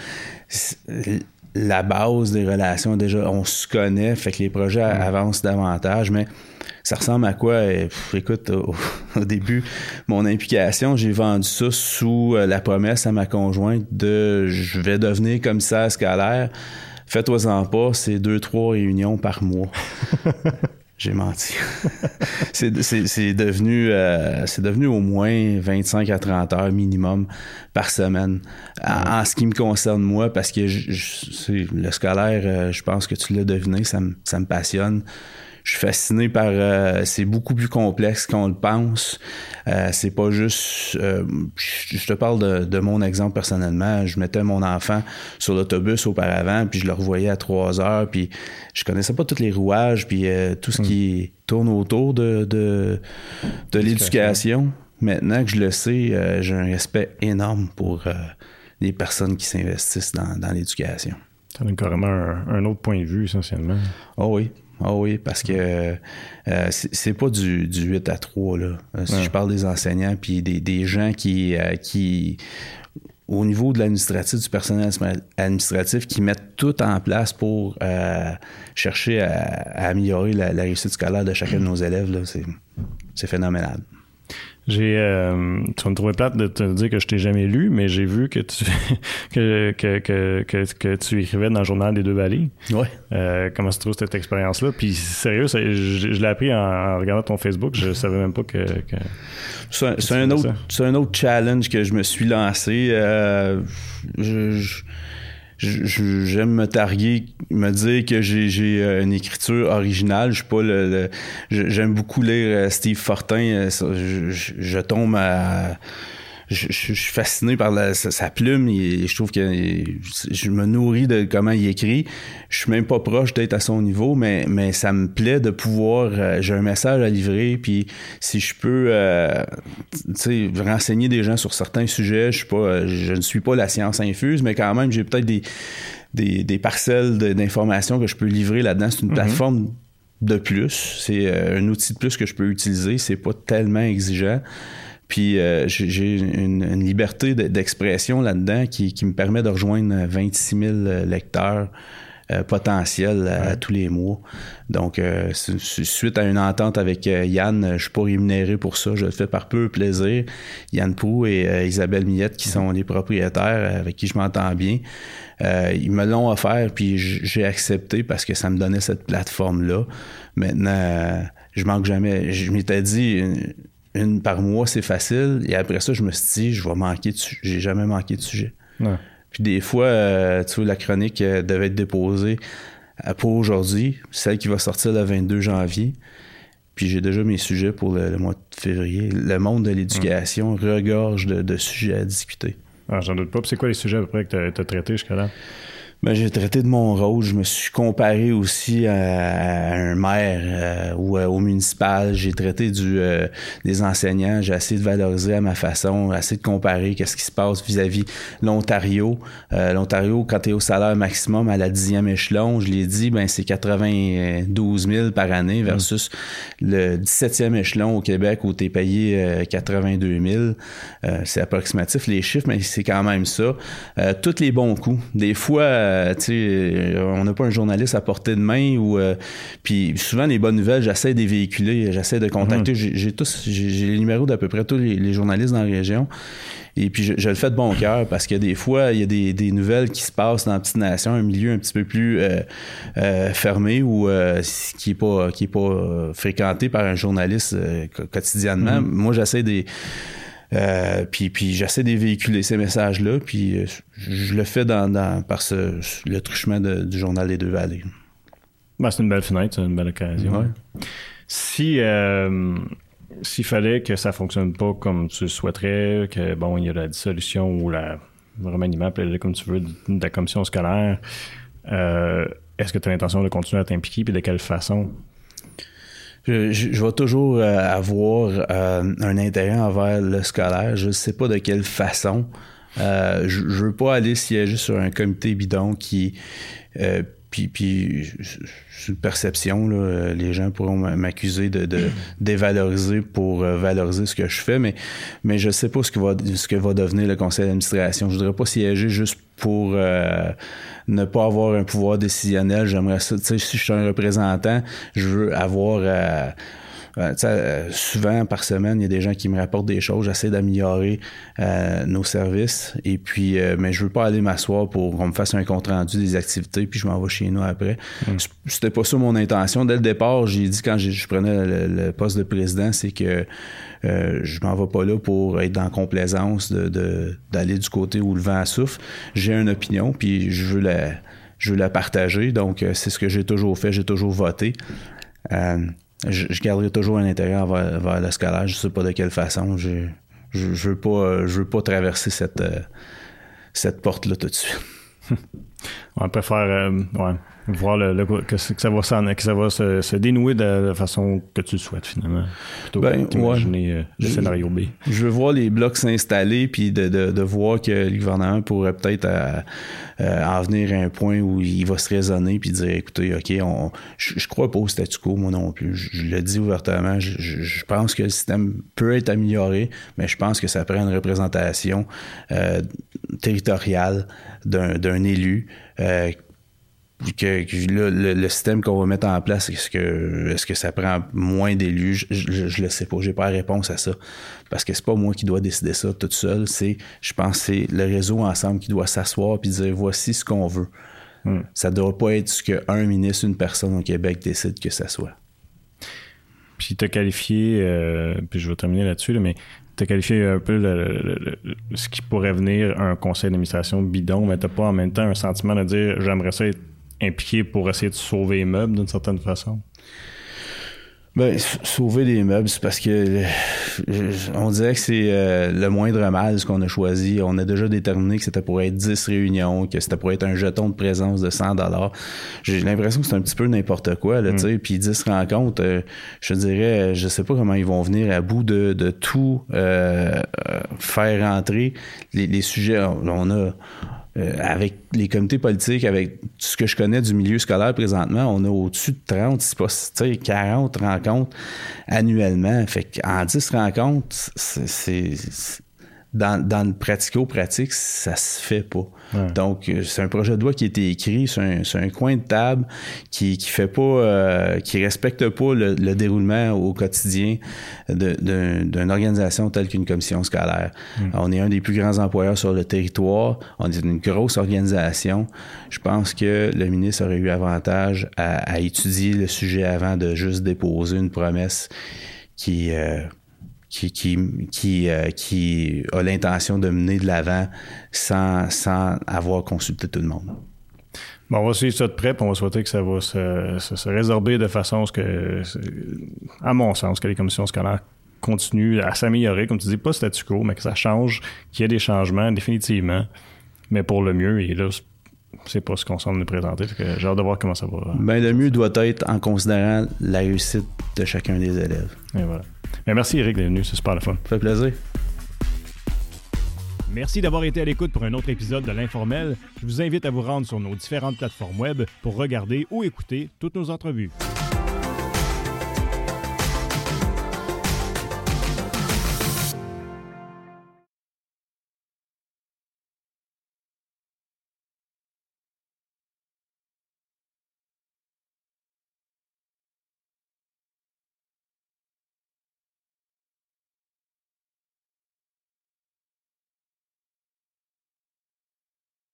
La base des relations, déjà, on se connaît, fait que les projets mmh. avancent davantage, mais ça ressemble à quoi? Et, pff, écoute, au, au début, mon implication, j'ai vendu ça sous euh, la promesse à ma conjointe de « je vais devenir commissaire scolaire, fais-toi-en pas, c'est deux, trois réunions par mois. » J'ai menti. c'est, c'est, c'est, devenu, euh, c'est devenu au moins vingt-cinq à trente heures minimum par semaine. En, en ce qui me concerne moi, parce que je, je, c'est, le scolaire, euh, je pense que tu l'as deviné, ça me, ça me passionne. Je suis fasciné par... Euh, c'est beaucoup plus complexe qu'on le pense. Euh, c'est pas juste... Euh, je te parle de, de mon exemple personnellement. Je mettais mon enfant sur l'autobus auparavant, puis je le revoyais à trois heures, puis je connaissais pas tous les rouages, puis euh, tout ce mmh. qui tourne autour de, de, de l'éducation. Maintenant que je le sais, euh, j'ai un respect énorme pour euh, les personnes qui s'investissent dans, dans l'éducation. Ça donne carrément un, un autre point de vue, essentiellement. Oh oui. Ah oui, parce que euh, c'est, c'est pas du, du huit à trois, là. Si ouais. je parle des enseignants, puis des, des gens qui, euh, qui, au niveau de l'administratif, du personnel administratif, qui mettent tout en place pour euh, chercher à, à améliorer la, la réussite scolaire de chacun de nos élèves, là, c'est, c'est phénoménal. J'ai, euh, tu vas me trouver plate de te dire que je t'ai jamais lu, mais j'ai vu que tu que, que, que, que, que tu écrivais dans le journal des Deux-Vallées. Ouais. Euh, comment tu trouves cette expérience-là? Puis sérieux, ça, je, je l'ai appris en, en regardant ton Facebook. Je savais même pas que. que c'est, un, que c'est, un autre, c'est un autre challenge que je me suis lancé. Euh, je, je... J'aime me targuer, me dire que j'ai, j'ai une écriture originale. Je suis pas le, le j'aime beaucoup lire Steve Fortin. Je, je, je tombe à Je, je, je suis fasciné par la, sa, sa plume et je trouve que je me nourris de comment il écrit. Je suis même pas proche d'être à son niveau, mais, mais ça me plaît de pouvoir... Euh, j'ai un message à livrer, puis si je peux euh, tu sais, renseigner des gens sur certains sujets, je suis pas, je ne suis pas la science infuse, mais quand même, j'ai peut-être des, des, des parcelles de, d'informations que je peux livrer là-dedans. C'est une mm-hmm. plateforme de plus. C'est euh, un outil de plus que je peux utiliser. C'est pas tellement exigeant. Puis euh, j'ai, j'ai une, une liberté de, d'expression là-dedans qui, qui me permet de rejoindre vingt-six mille lecteurs euh, potentiels à, ouais. à tous les mois. Donc, euh, c'est, c'est suite à une entente avec euh, Yann, je suis pas rémunéré pour ça, je le fais par peu plaisir. Yann Proulx et euh, Isabelle Millette, qui sont les propriétaires, avec qui je m'entends bien, euh, ils me l'ont offert, puis j'ai accepté parce que ça me donnait cette plateforme-là. Maintenant, euh, je manque jamais. Je m'étais dit... Une, Une par mois, c'est facile. Et après ça, je me suis dit, je vais manquer de su- j'ai jamais manqué de sujet. Ouais. Puis des fois, euh, tu vois, la chronique euh, devait être déposée euh, pour aujourd'hui, celle qui va sortir le vingt-deux janvier. Puis j'ai déjà mes sujets pour le, le mois de février. Le monde de l'éducation mmh. regorge de, de sujets à discuter. Ah, j'en doute pas. Puis c'est quoi les sujets à peu près que tu as traités jusqu'à là? Ben, j'ai traité de mon rôle. Je me suis comparé aussi à, à un maire euh, ou euh, au municipal. J'ai traité du euh, des enseignants. J'ai essayé de valoriser à ma façon, essayé de comparer qu'est-ce qui se passe vis-à-vis l'Ontario. Euh, L'Ontario, quand tu es au salaire maximum à la dixième échelon, je l'ai dit, ben c'est quatre-vingt-douze mille par année versus mmh. le dix-septième échelon au Québec où tu es payé euh, quatre-vingt-deux mille. Euh, c'est approximatif les chiffres, mais c'est quand même ça. Euh, tous les bons coups. Des fois, euh, Euh, on n'a pas un journaliste à portée de main ou euh, puis souvent les bonnes nouvelles, j'essaie de les véhiculer, j'essaie de contacter, mmh. j'ai, j'ai tous j'ai, j'ai les numéros d'à peu près tous les, les journalistes dans la région et puis je, je le fais de bon cœur parce que des fois il y a des, des nouvelles qui se passent dans la petite nation, un milieu un petit peu plus euh, euh, fermé ou euh, qui est pas qui est pas euh, fréquenté par un journaliste euh, quotidiennement. Mmh. Moi j'essaie des Euh, puis, puis j'essaie de véhiculer ces messages-là, puis euh, je le fais dans, dans, par ce, le truchement de, du Journal des Deux-Vallées. Ben, c'est une belle fenêtre, c'est une belle occasion. Ouais. Si euh, s'il fallait que ça fonctionne pas comme tu le souhaiterais, que bon, il y a la dissolution ou la, le remaniement, appelle-le comme tu veux, de, de la commission scolaire, euh, est-ce que tu as l'intention de continuer à t'impliquer, puis de quelle façon? Je, je, je vais toujours euh, avoir euh, un intérêt envers le scolaire. Je ne sais pas de quelle façon. Euh, je, je veux pas aller siéger sur un comité bidon qui... Euh, puis, puis c'est une perception, là, les gens pourront m'accuser de, de dévaloriser pour euh, valoriser ce que je fais, mais, mais je sais pas ce que va, ce que va devenir le conseil d'administration. Je voudrais pas siéger juste pour euh, ne pas avoir un pouvoir décisionnel. J'aimerais ça, tu sais, si je suis un représentant, je veux avoir... Euh, Euh, euh, souvent par semaine, il y a des gens qui me rapportent des choses. J'essaie d'améliorer euh, nos services. Et puis, euh, mais je veux pas aller m'asseoir pour qu'on me fasse un compte rendu des activités, puis je m'en vais chez nous après. Mm. C'était pas ça mon intention. Dès le départ, j'ai dit quand j'ai, je prenais le, le poste de président, c'est que euh, je m'en vais pas là pour être dans complaisance de, de d'aller du côté où le vent souffle. J'ai une opinion, puis je veux la, je veux la partager. Donc, c'est ce que j'ai toujours fait. J'ai toujours voté. Euh, Je, je garderai toujours un intérêt vers, vers le scolaire. Je sais pas de quelle façon. Je, je, je veux pas, je veux pas traverser cette, euh, cette porte-là tout de suite. On peut faire, euh, ouais. Voir le, le, que, que ça va, s'en, que ça va se, se dénouer de la façon que tu le souhaites, finalement. Plutôt ben, que d'imaginer ouais. le je, scénario B. Je veux voir les blocs s'installer, puis de, de, de voir que le gouvernement pourrait peut-être à, à en venir à un point où il va se raisonner, puis dire, écoutez, OK, on, je, je crois pas au statu quo, moi non plus. Je, je le dis ouvertement, je, je, je pense que le système peut être amélioré, mais je pense que ça prend une représentation euh, territoriale d'un, d'un élu, euh, Que, que le, le, le système qu'on va mettre en place, est-ce que, est-ce que ça prend moins d'élus? Je, je, je le sais pas. J'ai pas la réponse à ça. Parce que c'est pas moi qui dois décider ça tout seul. C'est, je pense que c'est le réseau ensemble qui doit s'asseoir et dire voici ce qu'on veut. Hmm. Ça ne doit pas être ce qu'un ministre, une personne au Québec décide que ça soit. Puis tu as qualifié, euh, puis je vais terminer là-dessus, là, mais tu as qualifié un peu le, le, le, ce qui pourrait venir un conseil d'administration bidon, mais tu n'as pas en même temps un sentiment de dire j'aimerais ça être impliqué pour essayer de sauver les meubles d'une certaine façon? Ben, sauver les meubles, c'est parce que on dirait que c'est euh, le moindre mal ce qu'on a choisi. On a déjà déterminé que c'était pour être dix réunions, que c'était pour être un jeton de présence de cent dollars. J'ai l'impression que c'est un petit peu n'importe quoi, là, mm. tu sais. Puis dix rencontres, euh, je dirais, je sais pas comment ils vont venir à bout de, de tout euh, faire rentrer. Les, les sujets, on, on a... Euh, avec les comités politiques, avec tout ce que je connais du milieu scolaire présentement, on a au-dessus de trente, c'est pas, tu sais, quarante rencontres annuellement. Fait qu'en dix rencontres, c'est, c'est, c'est dans, dans le pratico-pratique, ça se fait pas. Ouais. Donc, c'est un projet de loi qui a été écrit sur un, sur un coin de table qui, qui fait pas, euh, qui respecte pas le, le déroulement au quotidien de, de, d'une organisation telle qu'une commission scolaire. Mm. On est un des plus grands employeurs sur le territoire. On est une grosse organisation. Je pense que le ministre aurait eu avantage à, à étudier le sujet avant de juste déposer une promesse qui... Euh, qui qui qui, euh, qui a l'intention de mener de l'avant sans, sans avoir consulté tout le monde. Bon, on va suivre ça de près, puis on va souhaiter que ça va se, se, se résorber de façon à ce que, à mon sens, que les commissions scolaires continuent à s'améliorer, comme tu dis, pas statu quo, mais que ça change, qu'il y ait des changements, définitivement, mais pour le mieux. Et là, c'est pas ce qu'on semble nous présenter. Fait que j'ai hâte de voir comment ça va. Ben, le mieux doit être en considérant la réussite de chacun des élèves. Et voilà. Mais merci Eric d'être venu, c'est super le fun. Ça fait plaisir. Merci d'avoir été à l'écoute pour un autre épisode de l'Informel. Je vous invite à vous rendre sur nos différentes plateformes web pour regarder ou écouter toutes nos entrevues.